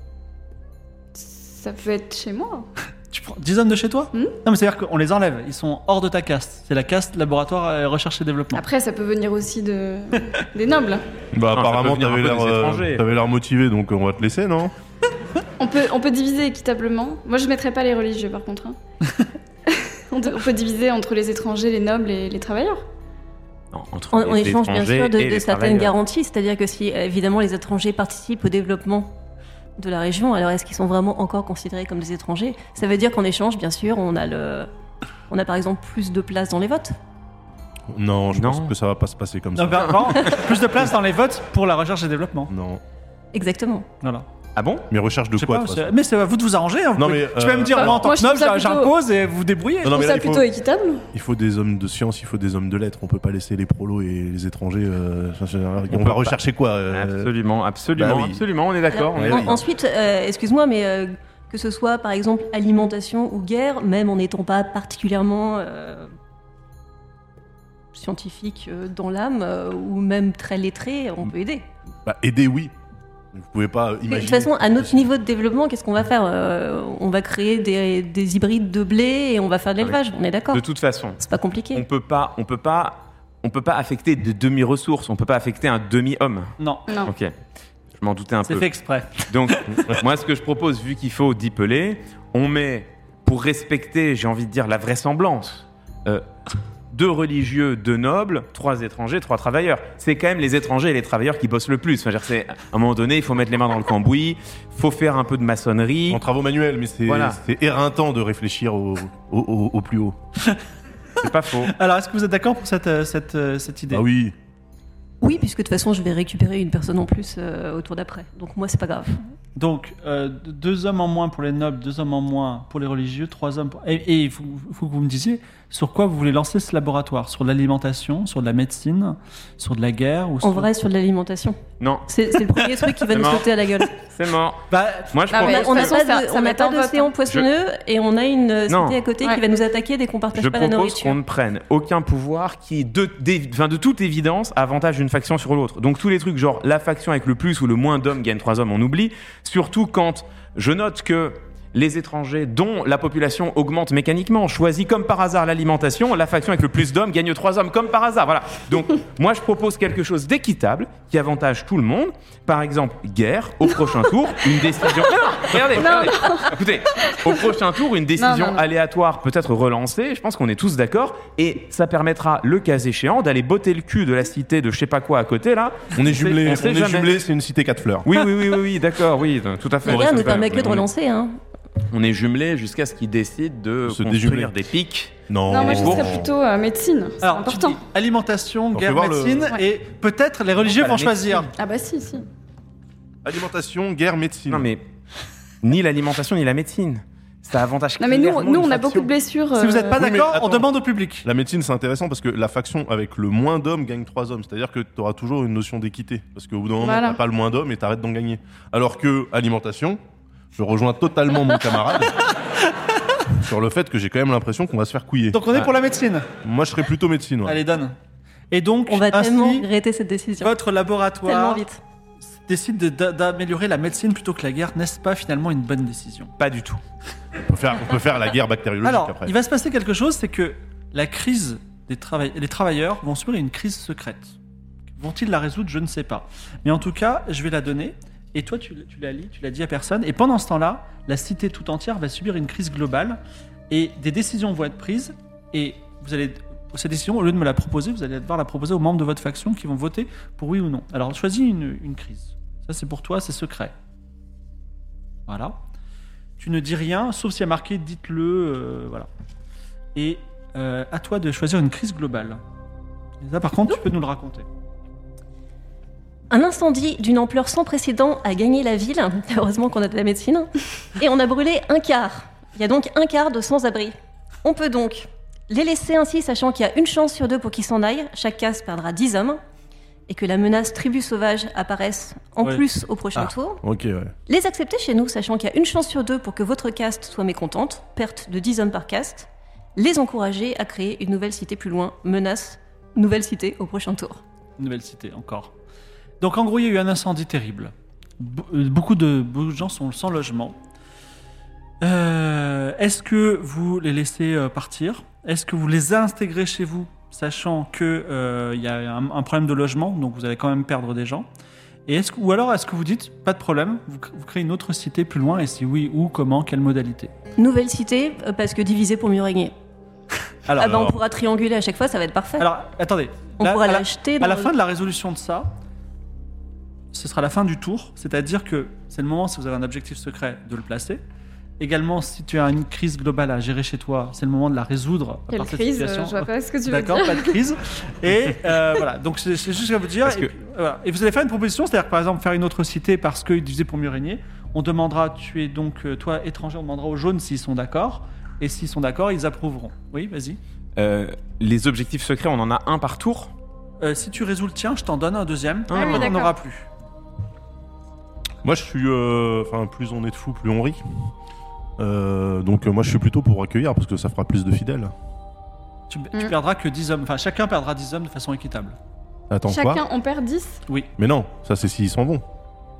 Ça peut être chez moi. Tu prends dix hommes de chez toi? Hmm. Non, mais c'est-à-dire qu'on les enlève. Ils sont hors de ta caste. C'est la caste laboratoire euh, recherche et développement. Après, ça peut venir aussi de... des nobles. Bah, ça apparemment, peut venir t'avais un peu l'air, des euh, étrangers. t'avais l'air motivé, donc on va te laisser, non? On peut, on peut diviser équitablement. Moi, je mettrais pas les religieux, par contre. hein. on, de- on peut diviser entre les étrangers, les nobles et les travailleurs. Non, entre En, en les échange, bien étrangers sûr, de, et de les certaines travailleurs. garanties. C'est-à-dire que si, euh, évidemment, les étrangers participent au développement de la région. Alors est-ce qu'ils sont vraiment encore considérés comme des étrangers ? Ça veut dire qu'en échange, bien sûr, on a, le... on a par exemple plus de place dans les votes. Non, je Non. pense que ça va pas se passer comme Non, ça. ben, non, plus de place dans les votes pour la recherche et développement. Non. Exactement. Voilà. Ah bon ? Mais recherche de Je sais quoi pas, de toute c'est- façon mais c'est à vous de vous arranger. Hein, vous Non, pouvez- mais, tu peux euh, me dire, bah, moi en tant moi, que je trouve noble, ça j'a- plutôt- j'impose et vous vous débrouillez. Non, Je non, trouve mais ça là, il faut- plutôt équitable. Il faut des hommes de science, il faut des hommes de lettres. On peut pas laisser les prolos et les étrangers. euh, on, On va peut rechercher quoi euh, Absolument, absolument, bah oui. absolument, on est d'accord. on est Ouais, En- oui. Ensuite, euh, excuse-moi, mais euh, que ce soit par exemple alimentation ou guerre, même en n'étant pas particulièrement euh, scientifique euh, dans l'âme euh, ou même très lettré, on peut aider. Bah, aider, oui. Vous pouvez pas De imaginer. toute façon, à notre niveau de développement, qu'est-ce qu'on va faire ? Euh, On va créer des, des hybrides de blé et on va faire de l'élevage, on est d'accord ? De toute façon, C'est pas compliqué. on peut pas, on peut pas, on peut pas affecter de demi-ressources, on peut pas affecter un demi-homme. Non, Non. Ok, je m'en doutais un c'est peu. fait exprès. Donc, moi, ce que je propose, vu qu'il faut dipeler, on met, pour respecter, j'ai envie de dire, la vraisemblance, euh, deux religieux, deux nobles, trois étrangers, trois travailleurs. C'est quand même les étrangers et les travailleurs qui bossent le plus. Enfin, je veux dire, c'est, à un moment donné, il faut mettre les mains dans le cambouis, faut faire un peu de maçonnerie. En travaux manuels, mais c'est Voilà. c'est éreintant de réfléchir au, au, au- au plus haut. C'est pas faux. Alors, est-ce que vous êtes d'accord pour cette, euh, cette, euh, cette idée ? Ah oui. Oui, puisque de toute façon, je vais récupérer une personne en plus euh, au tour d'après. Donc moi, c'est pas grave. Donc, euh, deux hommes en moins pour les nobles, deux hommes en moins pour les religieux, trois hommes pour... Et, et il faut, faut que vous me disiez sur quoi vous voulez lancer ce laboratoire ? Sur l'alimentation, sur de la médecine, sur de la guerre ou En sur... vrai, sur de l'alimentation. Non, C'est c'est le premier truc qui va C'est nous mort. sauter à la gueule. c'est mort. Bah, Moi, je Ah, mais propose. On n'a façon, pas ça- de- ça on n'a met pas un vote, d'océan hein. poissonneux et on a une euh, Non. cité à côté Ouais. qui va nous attaquer dès qu'on partage Je pas la propose nourriture. qu'on ne prenne aucun pouvoir qui, de, d'é- enfin, de toute évidence, avantage une faction sur l'autre. Donc tous les trucs genre la faction avec le plus ou le moins d'hommes gagne trois hommes, on oublie. Surtout quand je note que les étrangers, dont la population augmente mécaniquement, choisit comme par hasard l'alimentation, la faction avec le plus d'hommes gagne trois hommes comme par hasard. Voilà. Donc moi je propose quelque chose d'équitable qui avantage tout le monde. Par exemple, guerre, au prochain tour, une décision... Non, non, regardez, regardez. Écoutez, au prochain tour, une décision Non, non, non. aléatoire peut être relancée, je pense qu'on est tous d'accord, et ça permettra, le cas échéant, d'aller botter le cul de la cité de je sais pas quoi à côté, là. On est sait- jumelés, on on, sait est jamais. jumelés, c'est une cité quatre fleurs. Oui, oui, oui, oui, oui, d'accord, oui, tout à fait. La On guerre reste ne pas- permet que de on est- relancer. Hein. On est jumelés jusqu'à ce qu'ils décident de De se construire déjumeler. des pics. Non, Non, moi je Bon. serais plutôt euh, médecine. C'est alors, tu important. dis alimentation, On guerre, peut voir le- médecine, Ouais. et peut-être les religieux Pas la vont choisir. Ah bah si, si. alimentation, guerre, médecine. Non, mais ni l'alimentation ni la médecine. Ça avantage Non mais nous, clairement nous une on a faction. beaucoup de blessures. Si vous euh, n'êtes pas Oui, mais d'accord, on attends. demande au public. La médecine, c'est intéressant parce que la faction avec le moins d'hommes gagne trois hommes. C'est-à-dire que tu auras toujours une notion d'équité. Parce qu'au bout d'un moment, Voilà. t'as pas le moins d'hommes et t'arrêtes d'en gagner. Alors que alimentation, je rejoins totalement mon camarade sur le fait que j'ai quand même l'impression qu'on va se faire couiller. Donc on est Ah. pour la médecine. Moi, je serais plutôt médecine. ouais. Allez, donne. Et donc, On va tellement ainsi, regretter cette décision. votre Tellement laboratoire vite. décide de- d'a- d'améliorer la médecine plutôt que la guerre. N'est-ce pas finalement une bonne décision ? Pas du tout. On, peut faire, on peut faire la guerre bactériologique Alors, après. il va se passer quelque chose, c'est que la crise des travail... les travailleurs vont subir une crise secrète. Vont-ils la résoudre ? Je ne sais pas. Mais en tout cas, je vais la donner. Et toi, tu, tu la lis, tu l'as dit à personne. Et pendant ce temps-là, la cité tout entière va subir une crise globale. Et des décisions vont être prises. Et vous allez, ces décisions, au lieu de me la proposer, vous allez devoir la proposer aux membres de votre faction qui vont voter pour oui ou non. Alors, choisis une, une crise. Ça, c'est pour toi, c'est secret. Voilà. Tu ne dis rien, sauf s'il y a marqué dites-le. euh, voilà. Et euh, à toi de choisir une crise globale. Et ça, par contre, tu peux nous le raconter. Un incendie d'une ampleur sans précédent a gagné la ville. Heureusement qu'on a de la médecine. Et on a brûlé un quart. Il y a donc un quart de sans-abri. On peut donc les laisser ainsi, sachant qu'il y a une chance sur deux pour qu'ils s'en aillent. Chaque caste perdra dix hommes. Et que la menace tribu sauvage apparaisse en Ouais. plus au prochain Ah. tour. Ok, ouais. Les accepter chez nous, sachant qu'il y a une chance sur deux pour que votre caste soit mécontente. Perte de dix hommes par caste. Les encourager à créer une nouvelle cité plus loin. Menace, nouvelle cité au prochain tour. Nouvelle cité, encore. Donc en gros, il y a eu un incendie terrible. Be- euh, beaucoup, de, beaucoup de gens sont sans logement. Euh, Est-ce que vous les laissez euh, partir ? Est-ce que vous les intégrez chez vous, sachant qu'il euh, y a un, un problème de logement, donc vous allez quand même perdre des gens ? Et est-ce que, ou alors est-ce que vous dites, pas de problème, vous, cr- vous créez une autre cité plus loin, et si oui, où, comment, quelle modalité ? Nouvelle cité, euh, parce que diviser pour mieux régner. Alors, Ah bah on alors- pourra trianguler à chaque fois, ça va être parfait. alors attendez. on Là, pourra à la- l'acheter. À dans la le- fin de la résolution de ça, ce sera la fin du tour, c'est-à-dire que c'est le moment, si vous avez un objectif secret, de le placer. Également, si tu as une crise globale à gérer chez toi, c'est le moment de la résoudre. Quelle par cette crise situation. euh, Je vois pas ce que tu veux dire. D'accord, pas de crise. Et euh, voilà, donc c'est, c'est juste à vous dire. Parce Et, que- puis, voilà. Et vous allez faire une proposition, c'est-à-dire que, par exemple faire une autre cité parce qu'ils disaient pour mieux régner. On demandera, tu es donc euh, toi étranger, on demandera aux jaunes s'ils sont d'accord. Et s'ils sont d'accord, ils approuveront. Oui, vas-y. Euh, les objectifs secrets, on en a un par tour. Euh, si tu résous le tien, je t'en donne un deuxième. Ah et oui, après, on d'accord. n'en aura plus. Moi, je suis. euh, Enfin, plus on est de fous, plus on rit. Euh, donc, euh, moi, je suis plutôt pour accueillir parce que ça fera plus de fidèles. Tu, tu Mm. perdras que dix hommes. Enfin, chacun perdra dix hommes de façon équitable. Attends, Chacun, quoi on perd dix. Oui. Mais non, ça, c'est s'ils s'en vont.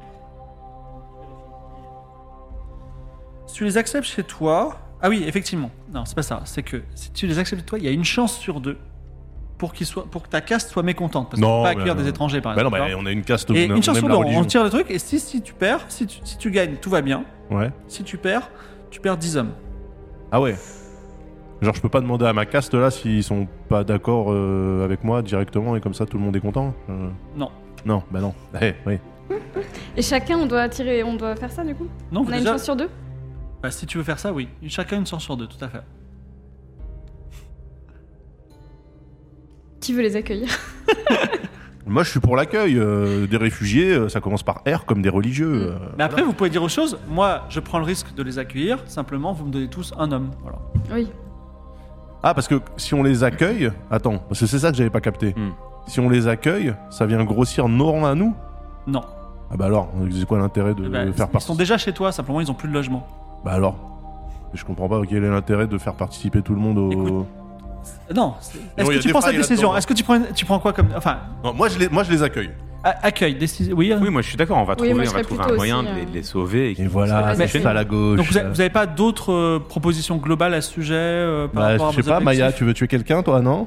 Si tu les acceptes chez toi. Ah oui, effectivement. Non, c'est pas ça. C'est que si tu les acceptes chez toi, il y a une chance sur deux pour, qu'ils soient, pour que ta caste soit mécontente. Parce qu'on Non, peut pas mais accueillir non. des étrangers, par Bah non, exemple. mais on a une caste. Et on a- une chance on sur aime deux, la on religion. tire le truc. Et si, si tu perds, si tu, si tu gagnes, tout va bien. Ouais. Si tu perds, tu perds dix hommes. Ah ouais. Genre, je peux pas demander à ma caste là s'ils sont pas d'accord euh, avec moi directement et comme ça tout le monde est content. Euh, Non. Non, bah non. Eh, oui. Et chacun, on doit tirer, on doit faire ça du coup. Non, On a une déjà, chance sur deux. bah, si tu veux faire ça, oui. Chacun une chance sur deux, tout à fait. Qui veut les accueillir? Moi, je suis pour l'accueil euh, des réfugiés. euh, Ça commence par R comme des religieux. euh, Mais après, vous pouvez dire autre chose. Moi, je prends le risque de les accueillir. Simplement, vous me donnez tous un homme. Voilà. Oui. Ah, parce que si on les accueille, attends, parce que c'est ça que j'avais pas capté. Hmm. Si on les accueille, ça vient grossir nos rangs à nous. Non. Ah bah alors, c'est quoi l'intérêt de Eh ben, faire ils partie sont déjà chez toi. Simplement, ils ont plus de logement. Bah alors, je comprends pas quel est l'intérêt de faire participer tout le monde au. Écoute, Non. c'est- il Est-ce y que a tu des prends cette failles décision? là-dedans. Est-ce que tu prends, tu prends quoi comme, enfin, Non, moi je les, moi je les accueille. a- accueil, décision. Oui. hein. Oui, moi je suis d'accord, on va Oui, trouver, moi, je on va serais trouver un plutôt moyen aussi, de, les, euh, de les sauver. Et voilà, c'est c'est pas ça la gauche. Donc vous avez, vous avez pas d'autres euh, propositions globales à ce sujet euh, par Bah, rapport à je sais vos pas, Maya, objectifs tu veux tuer quelqu'un, toi, non?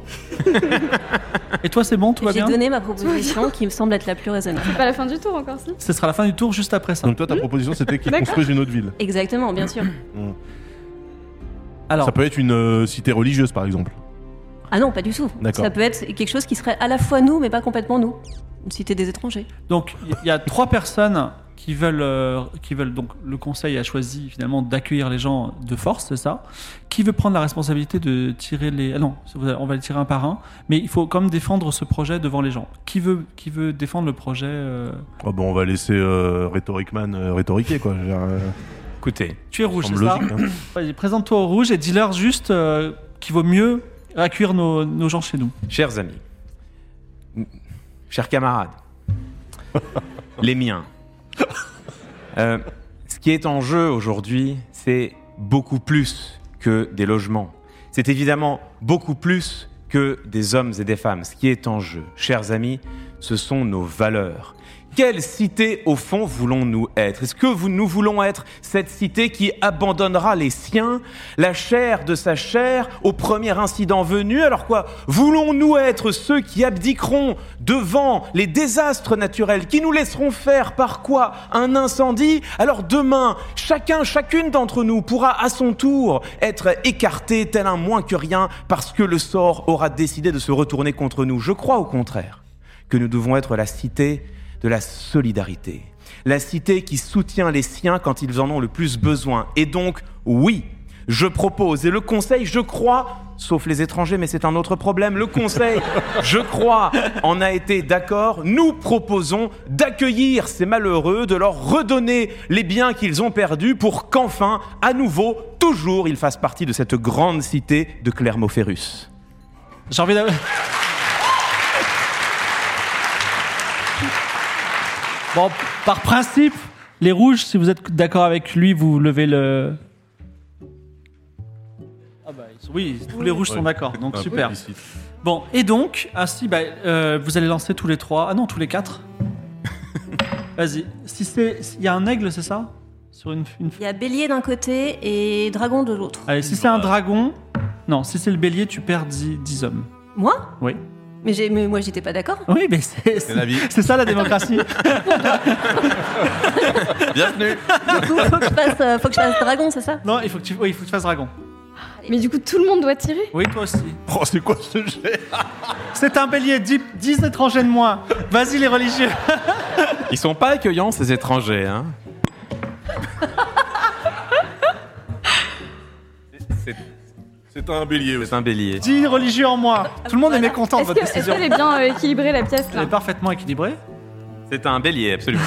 Et toi, c'est bon, tout va J'ai bien. donné ma proposition qui me semble être la plus raisonnable. C'est pas la fin du tour encore, si. Ce sera la fin du tour juste après ça. Donc toi, ta proposition, c'était qu'ils D'accord. construisent une autre ville. Exactement, bien sûr. Alors, Ça peut être une euh, cité religieuse, par exemple. Ah non, pas du tout. D'accord. Ça peut être quelque chose qui serait à la fois nous, mais pas complètement nous. Une cité des étrangers. donc il y a trois personnes qui veulent, euh, qui veulent donc le conseil a choisi finalement d'accueillir les gens de force, c'est ça. Qui veut prendre la responsabilité de tirer les, ah non, on va les tirer un par un, mais il faut quand même défendre ce projet devant les gens. Qui veut, qui veut défendre le projet euh, Oh, bon, on va laisser euh, Rhetoric Man euh, rhétoriquer, quoi. Je veux dire, euh, Écoutez, Tu es rouge, c'est semble ça. logique, hein. Vas-y, présente-toi au rouge et dis-leur juste euh, qu'il vaut mieux accueillir nos, nos gens chez nous. chers amis, m- chers camarades, les miens, euh, ce qui est en jeu aujourd'hui, c'est beaucoup plus que des logements. C'est évidemment beaucoup plus que des hommes et des femmes. Ce qui est en jeu, chers amis, ce sont nos valeurs. Quelle cité, au fond, voulons-nous être? Est-ce que vous- nous voulons être cette cité qui abandonnera les siens, la chair de sa chair, au premier incident venu? Alors quoi? Voulons-nous être ceux qui abdiqueront devant les désastres naturels, qui nous laisseront faire par quoi? Un incendie? Alors demain, chacun, chacune d'entre nous pourra à son tour être écarté tel un moins que rien parce que le sort aura décidé de se retourner contre nous. Je crois au contraire que nous devons être la cité de la solidarité. La cité qui soutient les siens quand ils en ont le plus besoin. Et donc, oui, je propose, et le Conseil, je crois, sauf les étrangers, mais c'est un autre problème, le Conseil, je crois, en a été d'accord, nous proposons d'accueillir ces malheureux, de leur redonner les biens qu'ils ont perdus pour qu'enfin, à nouveau, toujours, ils fassent partie de cette grande cité de Clermont-Ferrus. J'ai envie d'avoir... Bon, par principe, les rouges, si vous êtes d'accord avec lui, vous levez le... Ah bah, ils sont- oui, tous les rouges sont d'accord, donc un super. plébiscite. Bon, et donc, ainsi, bah, euh, vous allez lancer tous les trois. Ah non, tous les quatre. Vas-y. Si c'est, il y a un aigle, c'est ça? Sur une, une... Il y a bélier d'un côté et dragon de l'autre. Allez, si c'est un dragon, non, si c'est le bélier, tu perds dix hommes. Moi? Oui. Mais, j'ai, mais moi, j'étais pas d'accord. Oui, mais c'est, c'est, la vie. c'est ça la démocratie. Bienvenue. Du coup, faut que je fasse, euh, faut que je fasse dragon, c'est ça? Non, il faut que tu, oui, il faut que tu fasses dragon. Mais du coup, tout le monde doit tirer. Oui, toi aussi. Oh, c'est quoi ce jet? C'est un bélier, dix, dix étrangers de moins. Vas-y, les religieux. Ils sont pas accueillants, ces étrangers. Hein. C'est, C'est un bélier aussi. c'est un bélier. dix religieux en moins. Tout le monde est mécontent de Est-ce votre que- est-ce décision. qu'elle est bien euh, équilibrée la pièce Elle là est parfaitement équilibrée. C'est un bélier, absolument.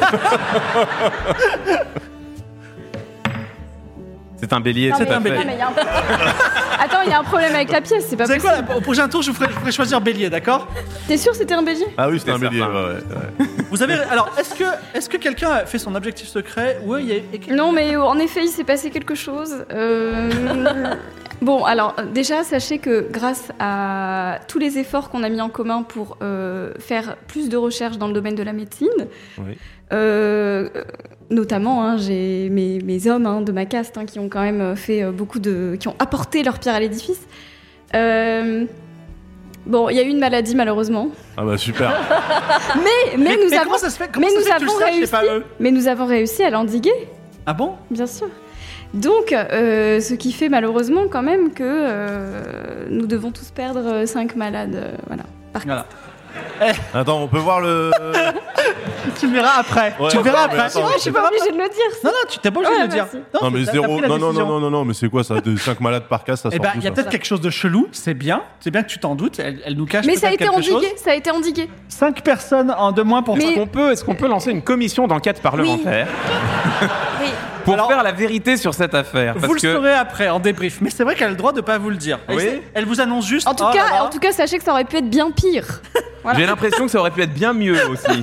C'est un bélier, Non, tout mais- à un fait. bélier. non, mais il y a un pro- Attends, il y a un problème avec la pièce, c'est pas Vous savez possible. quoi, là, au prochain tour, je vous ferai, je ferai choisir bélier, d'accord? T'es sûr que c'était un bélier? Ah oui, c'était un C'est bélier. certain. Ouais, ouais, ouais. Vous avez. Alors, est-ce que, est-ce que quelqu'un a fait son objectif secret? Ouais, il y a écrit- Non, mais en effet, il s'est passé quelque chose. Euh, Bon, alors déjà, sachez que grâce à tous les efforts qu'on a mis en commun pour euh, faire plus de recherches dans le domaine de la médecine, Oui. euh, notamment, hein, j'ai mes, mes hommes hein, de ma caste hein, qui ont quand même fait euh, beaucoup de, qui ont apporté leur pierre à l'édifice. Euh, bon, il y a eu une maladie malheureusement, Ah bah super. mais, mais, nous mais avons, comment ça se fait, comment mais ça nous se fait que tu le avons saches et réussi. pas eux? mais nous avons réussi à l'endiguer. Ah bon? Bien sûr. Donc, euh, ce qui fait malheureusement quand même que euh, nous devons tous perdre cinq malades. euh, voilà. Par Voilà. Attends, on peut voir le. Tu le verras après. Ouais, tu le verras mais après. attends, contre, je suis pas obligée de le dire. Non, non, tu t'es pas obligé Ouais, de le dire. merci. Non mais t'as- t'as zéro. pris la Non non non décision. non non non mais c'est quoi ça? De cinq malades par cas, ça Eh sort ben, tout il y a ça. peut-être quelque chose de chelou, c'est bien. C'est bien que tu t'en doutes. Elle, elle nous cache Mais ça a peut-être été quelque endigué. chose. Ça a été endigué. Cinq personnes en deux mois pour Mais- ça. Est-ce qu'on peut, est-ce qu'on peut lancer une commission d'enquête parlementaire Oui. pour Alors- faire la vérité sur cette affaire? Vous Parce le que saurez après en débrief. Mais c'est vrai qu'elle a le droit de pas vous le dire. Elle, Oui. sait- elle vous annonce juste. En tout oh cas, là là. en tout cas, sachez que ça aurait pu être bien pire. Voilà. j'ai l'impression que ça aurait pu être bien mieux aussi.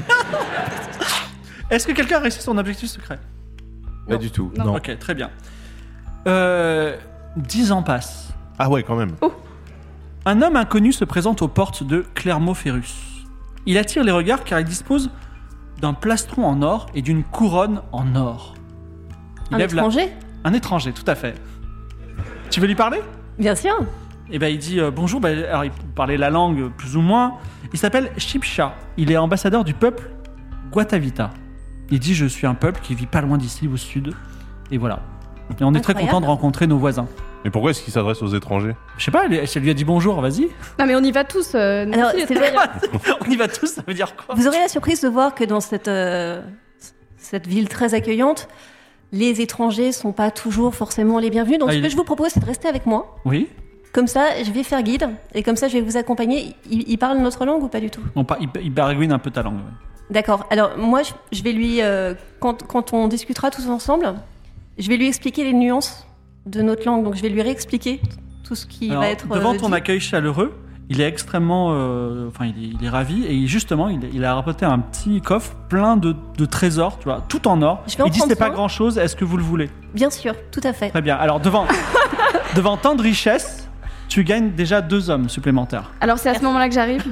Est-ce que quelqu'un a réussi son objectif secret? Pas du tout. Non. Ok, très bien. Euh, Dix ans passent. Ah ouais quand même. Un homme inconnu se présente aux portes de Clermont-Ferrus. Il attire les regards car il dispose d'un plastron en or et d'une couronne en or. Il Un lève la- étranger? Un étranger, tout à fait. Tu veux lui parler? Bien sûr. Et ben il dit euh, bonjour. Ben, alors il parlait la langue plus ou moins. Il s'appelle Chipcha. Il est ambassadeur du peuple Guatavita. Il dit je suis un peuple qui vit pas loin d'ici au sud. Et voilà. Et on est très Incroyable. content de rencontrer nos voisins. Mais pourquoi est-ce qu'il s'adresse aux étrangers? Je sais pas, elle, elle lui a dit bonjour, vas-y. Non, mais on y va tous. euh, nous Alors, aussi, les c'est vrai. travailleurs. On y va tous, ça veut dire quoi? Vous aurez la surprise de voir que dans cette, euh, cette ville très accueillante, les étrangers sont pas toujours forcément les bienvenus. Donc, Ah, ce il que est- je vous propose, c'est de rester avec moi. Oui. Comme ça, je vais faire guide. Et comme ça, je vais vous accompagner. Il, il parle notre langue ou pas du tout? On par- il, il baragouine un peu ta langue. ouais. D'accord. Alors, moi, je, je vais lui. euh, quand, quand on discutera tous ensemble, je vais lui expliquer les nuances de notre langue. Donc, je vais lui réexpliquer tout ce qui Alors, va être. devant euh, ton dit. accueil chaleureux, il est extrêmement, euh, enfin, il est, il est ravi et il- justement, il, il a rapporté un petit coffre plein de, de trésors, tu vois, tout en or. Je vais en Il dit prendre c'est pas soin. grand chose. Est-ce que vous le voulez? Bien sûr, tout à fait. Très bien. Alors devant, devant tant de richesses, tu gagnes déjà deux hommes supplémentaires. Alors, c'est à ce moment-là que j'arrive.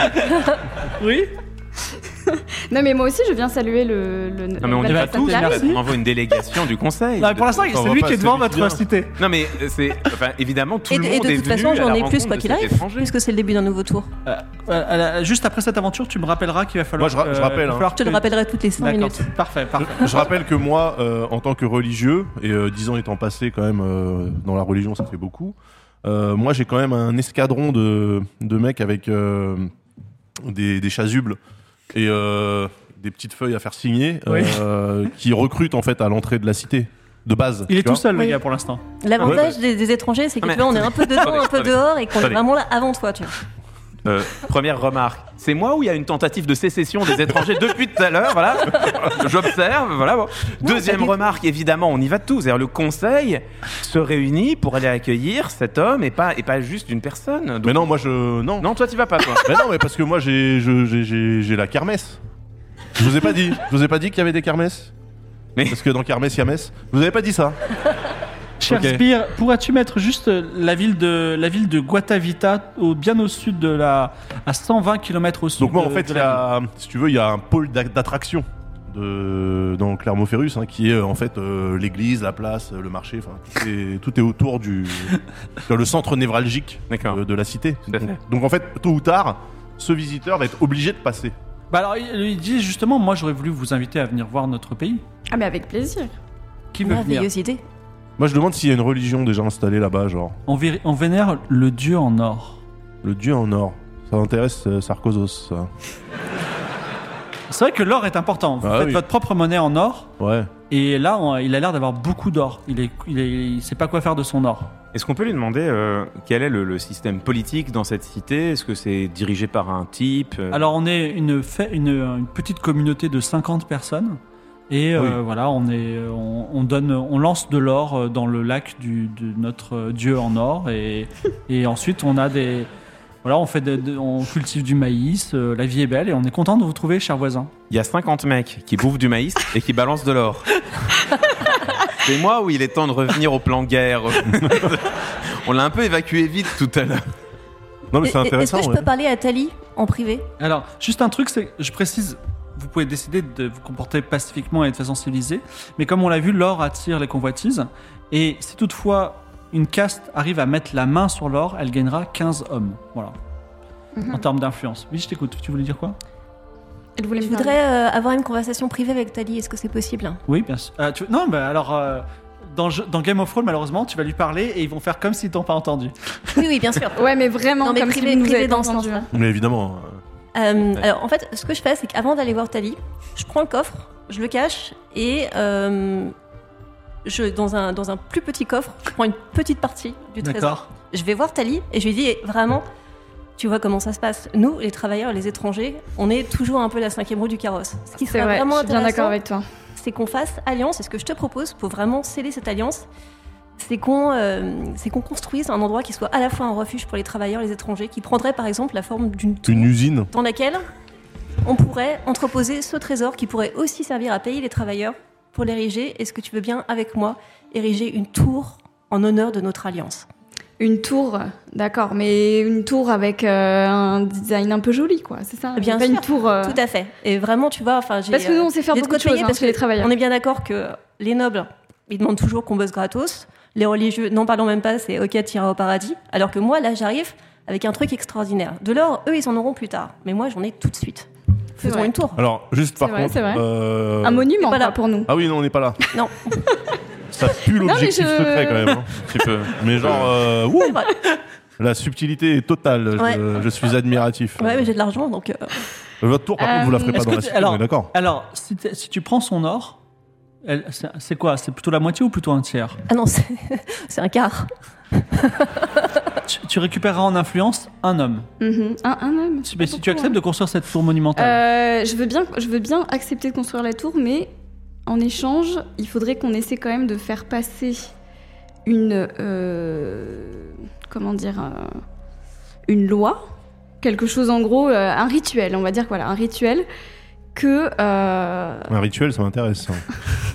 Oui. Non, mais moi aussi, je viens saluer le. le Non mais on y le va Valsac tous. qui arrive. merci. On envoie une délégation du conseil. Non, mais pour l'instant, on c'est va lui pas, qui est c'est devant lui qui votre vient. cité. Non mais euh, c'est, enfin, évidemment tout Et, le de- monde et de est toute venu façon, à la j'en ai plus, rencontre quoi de qu'il cet arrive, étranger. puisque c'est le début d'un nouveau tour. Euh, euh, juste après cette aventure, tu me rappelleras qu'il va falloir. Moi, je ra- je rappelle, il va hein. falloir Je te le que- rappellerai toutes les cinq D'accord. minutes. Parfait, parfait. Je rappelle que moi, euh, en tant que religieux, et euh, dix ans étant passé quand même euh, dans la religion, ça fait beaucoup, euh, moi j'ai quand même un escadron de, de mecs avec euh, des, des chasubles et euh, des petites feuilles à faire signer Oui. euh, qui recrutent en fait à l'entrée de la cité, de base. Il est tu tout vois. seul, le Oui. gars, pour l'instant. L'avantage des, des étrangers, c'est que Ah, mais- tu vois, on est un peu dedans, Attendez, un peu attendez. dehors, et qu'on est Attendez. vraiment là avant toi, tu vois. Euh, première remarque, c'est moi ou il y a une tentative de sécession des étrangers depuis tout à l'heure, voilà. J'observe, voilà. Bon. Deuxième pas du remarque, évidemment, on y va tous. C'est-à-dire le conseil se réunit pour aller accueillir cet homme et pas et pas juste une personne. Donc- Mais non, moi je non. non, toi tu vas pas, toi. Mais non, mais parce que moi j'ai je- j'ai- j'ai j'ai la kermesse. Je vous ai pas dit. Je vous ai pas dit qu'il y avait des kermesses. Mais- Parce que dans kermesse il y a messe. Vous avez pas dit ça? Cher Ok. Sbire, pourrais-tu mettre juste la ville de, la ville de Guatavita au, bien au sud de la. à cent vingt kilomètres au sud Donc moi de- en fait, de il y la ville. a, si tu veux, il y a un pôle d'a- d'attraction de dans Clermont-Ferrus hein, qui est euh, en fait euh, l'église, la place, euh, le marché, enfin tout est, tout est autour du dans le centre névralgique D'accord. de, de la cité. Tout à fait. Donc, donc en fait, tôt ou tard, ce visiteur va être obligé de passer. Bah alors, il, il dit justement, moi j'aurais voulu vous inviter à venir voir notre pays. Ah, mais avec plaisir. Qui veut venir? Merveilleuse idée. Moi je demande s'il y a une religion déjà installée là-bas, genre on, vér- on vénère le dieu en or. le dieu en or. Ça intéresse euh, Sarkozos. Ça. C'est vrai que l'or est important. Vous Ah faites oui. votre propre monnaie en or. Ouais. Et là, on- il a l'air d'avoir beaucoup d'or. Il est, il est, il sait pas quoi faire de son or. Est-ce qu'on peut lui demander euh, quel est le, le système politique dans cette cité? Est-ce que c'est dirigé par un type euh, Alors, on est une, fa- une, une petite communauté de cinquante personnes. Et euh, Oui. voilà, on, est, on, on donne, on lance de l'or dans le lac du, de notre dieu en or. Et, et ensuite, on a des. Voilà, on, fait de- de- on cultive du maïs. euh, la vie est belle et on est content de vous trouver, chers voisins. Il y a cinquante mecs qui bouffent du maïs et qui balancent de l'or. C'est moi où il est temps de revenir au plan guerre. On l'a un peu évacué vite tout à l'heure. Non, mais c'est Et- Est-ce intéressant. que je ouais. peux parler à Tali en privé? Alors, juste un truc, c'est, je précise, vous pouvez décider de vous comporter pacifiquement et de façon civilisée, mais comme on l'a vu, l'or attire les convoitises, et si toutefois une caste arrive à mettre la main sur l'or, elle gagnera quinze hommes. Voilà. En termes d'influence. Oui, je t'écoute. Tu voulais dire quoi? Elle voulait Je me parler. voudrais euh, avoir une conversation privée avec Tali. Est-ce que c'est possible? Oui, bien sûr. Euh, tu- Non, bah alors, euh, dans, je- dans Game of Thrones, malheureusement, tu vas lui parler et ils vont faire comme s'ils t'ont pas entendu. Oui, oui, bien sûr. Ouais, mais vraiment, Non, mais comme privé- si vous nous privé avez dans pas ce entendu. sens-là. Mais évidemment. euh, Euh, Alors, en fait, ce que je fais, c'est qu'avant d'aller voir Tali, je prends le coffre, je le cache et euh, je, dans, un, dans un plus petit coffre, je prends une petite partie du trésor. D'accord. Je vais voir Tali et je lui dis eh, vraiment, tu vois comment ça se passe. Nous, les travailleurs, les étrangers, on est toujours un peu la cinquième roue du carrosse. Ce qui C'est serait vrai, vraiment je suis bien intéressant, d'accord avec toi. c'est qu'on fasse alliance. Et ce que je te propose pour vraiment sceller cette alliance, c'est qu'on euh, c'est qu'on construise un endroit qui soit à la fois un refuge pour les travailleurs, les étrangers, qui prendrait par exemple la forme d'une tour Une usine. dans laquelle on pourrait entreposer ce trésor qui pourrait aussi servir à payer les travailleurs pour l'ériger. Est-ce que tu veux bien, avec moi, ériger une tour en honneur de notre alliance? Une tour, d'accord, mais une tour avec euh, un design un peu joli, quoi, c'est ça? Bien Pas sûr, une tour. euh, Tout à fait. Et vraiment, tu vois, enfin, j'ai... Parce que nous, on sait faire j'ai de beaucoup de quoi te payer choses hein, parce chez les que travailleurs. on est bien d'accord que les nobles, ils demandent toujours qu'on bosse gratos. Les religieux, n'en parlons même pas, c'est OK, t'iras au paradis. Alors que moi, là, j'arrive avec un truc extraordinaire. De l'or, eux, ils en auront plus tard. Mais moi, j'en ai tout de suite. C'est Faisons vrai. une tour. Alors, juste par C'est vrai, contre. c'est vrai. euh, Un monument, pas là. quoi, pour nous. Ah oui, non, on n'est pas là. Non, Ça pue mais l'objectif je- secret quand même. hein. Un petit peu. Mais genre, euh, ouh, c'est vrai. la subtilité est totale. Je- Ouais. Je, suis admiratif. Ouais, mais j'ai de l'argent, donc... euh, Votre tour, par contre, vous la ferez Est-ce pas dans que la tu- cité, alors- on est d'accord. Alors, si, t'es- si tu prends son or, elle- c'est c'est quoi? C'est plutôt la moitié ou plutôt un tiers? Ah non, c'est c'est un quart. tu, tu récupéreras en influence un homme. Mhm. Un, un homme. Si, c'est mais pas si tu beaucoup, acceptes de construire cette tour monumentale. Euh, je veux bien, je veux bien accepter de construire la tour, mais en échange, il faudrait qu'on essaie quand même de faire passer une, euh, comment dire, euh, une loi, quelque chose en gros, euh, un rituel, on va dire voilà, un rituel que euh, Un rituel, ça m'intéresse. ça.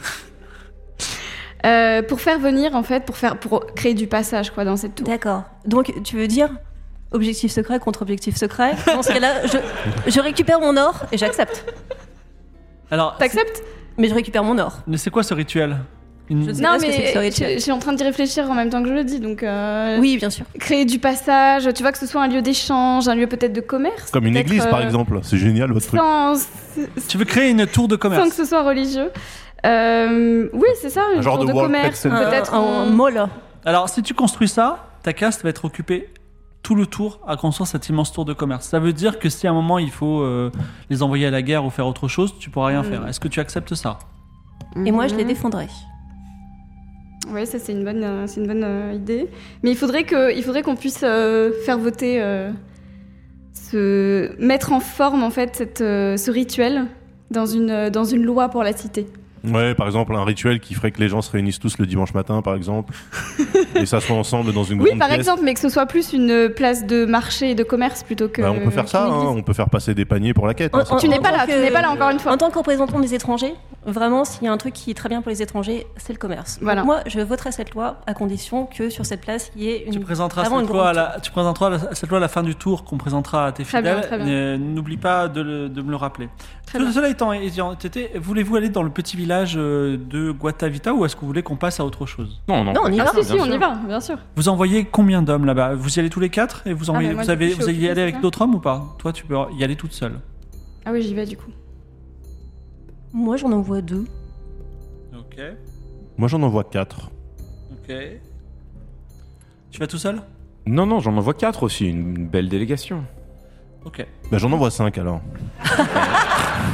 euh, pour faire venir en fait, pour faire, pour créer du passage quoi dans cette tour. D'accord. Donc, tu veux dire objectif secret contre objectif secret? Dans ce cas-là, je, je récupère mon or et j'accepte. Alors, T'acceptes? Mais je récupère mon or. mais c'est quoi ce rituel? Une- Je sais Non pas ce que c'est que ce mais rituel. je, je suis en train d'y réfléchir en même temps que je le dis, donc euh, Oui, bien sûr. créer du passage, tu vois que ce soit un lieu d'échange, un lieu peut-être de commerce. Comme une peut-être, église, par euh, exemple. C'est génial, votre truc. Sans, Tu veux créer une tour de sans commerce? que ce soit religieux. Euh, oui, c'est ça, une Un genre tour de de, World commerce, Trade Center. peut-être un, en- un mall. Alors, si tu construis ça, ta caste va être occupée tout le tour à construire cette immense tour de commerce. Ça veut dire que si à un moment il faut euh, les envoyer à la guerre ou faire autre chose, tu pourras rien Mm. faire. Est-ce que tu acceptes ça? Et moi, je les Mhm. défendrai. Oui, ça c'est une bonne, euh, c'est une bonne euh, idée. Mais il faudrait que, il faudrait qu'on puisse euh, faire voter, euh, ce, mettre en forme en fait cette, euh, ce rituel dans une, euh, dans une loi pour la cité. Ouais, par exemple, un rituel qui ferait que les gens se réunissent tous le dimanche matin, par exemple, et s'assoient ensemble dans une Oui, grande par pièce. exemple, mais que ce soit plus une place de marché et de commerce plutôt que. Bah, on peut faire ça, qu'une hein, église. on peut faire passer des paniers pour la quête. hein, En- ça en- Tu peut- n'es pas là, tant tu n'es que- pas là encore une fois. En tant que représentant des étrangers, vraiment, s'il y a un truc qui est très bien pour les étrangers, c'est le commerce. Voilà. Donc moi, je voterai cette loi à condition que sur cette place, il y ait une. Tu présenteras, vraiment cette une loi, à grande la, tu présenteras la- cette loi à la fin du tour qu'on présentera à tes Très bien, fidèles. très bien. Euh, N'oublie pas de, le- de me le rappeler. Très Tout bien. cela étant, étant été, voulez-vous aller dans le petit village euh, de Guatavita ou est-ce que vous voulez qu'on passe à autre chose? Non, non. Non, on y Ah va. si, si, bien on y sûr. va, bien sûr. Vous envoyez combien d'hommes là-bas? Vous y allez tous les quatre et vous, envoyez, bah, moi, vous, avez, du coup, je vous suis allez y aller occupée, avec c'est ça d'autres hommes ou pas? Toi, tu peux y aller toute seule. Ah oui, j'y vais du coup. Moi, j'en envoie deux. Ok. Moi, j'en envoie quatre. Ok. Tu vas tout seul? Non, non, j'en envoie quatre aussi, une belle délégation. Ok. Bah, j'en envoie cinq alors.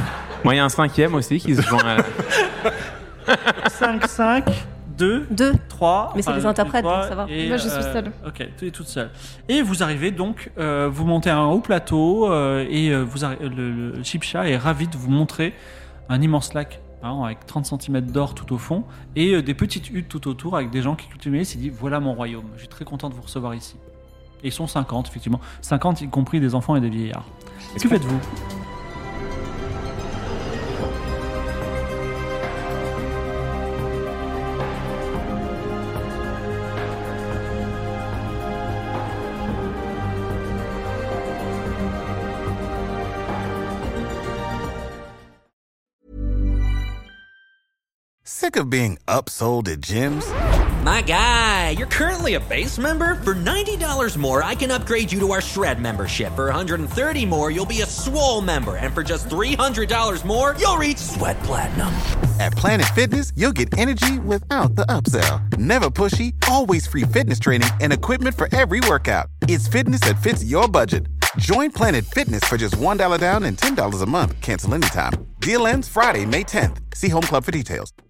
Moi, il y a un cinquième aussi qui se joint à la... cinq, cinq, deux, Deux. trois. Mais c'est enfin, les interprètes, trois, donc ça va. et, Moi, je suis euh, seule. Ok, tu es toute seule. Et vous arrivez donc, euh, vous montez à un haut plateau euh, et euh, vous arri- le, le Chipcha est ravi de vous montrer un immense lac hein, avec trente centimètres d'or tout au fond et euh, des petites huttes tout autour avec des gens qui cultivent. Il s'est dit voilà mon royaume, je suis très content de vous recevoir ici. Et ils sont cinquante, effectivement. cinquante, y compris des enfants et des vieillards. Que faites-vous ? Sick of being upsold at gyms? My guy, you're currently a base member? For ninety dollars more, I can upgrade you to our Shred membership. For one hundred thirty dollars more, you'll be a Swole member. And for just three hundred dollars more, you'll reach Sweat Platinum. At Planet Fitness, you'll get energy without the upsell. Never pushy, always free fitness training and equipment for every workout. It's fitness that fits your budget. Join Planet Fitness for just one dollar down and ten dollars a month. Cancel anytime. Deal ends Friday, May tenth. See Home Club for details.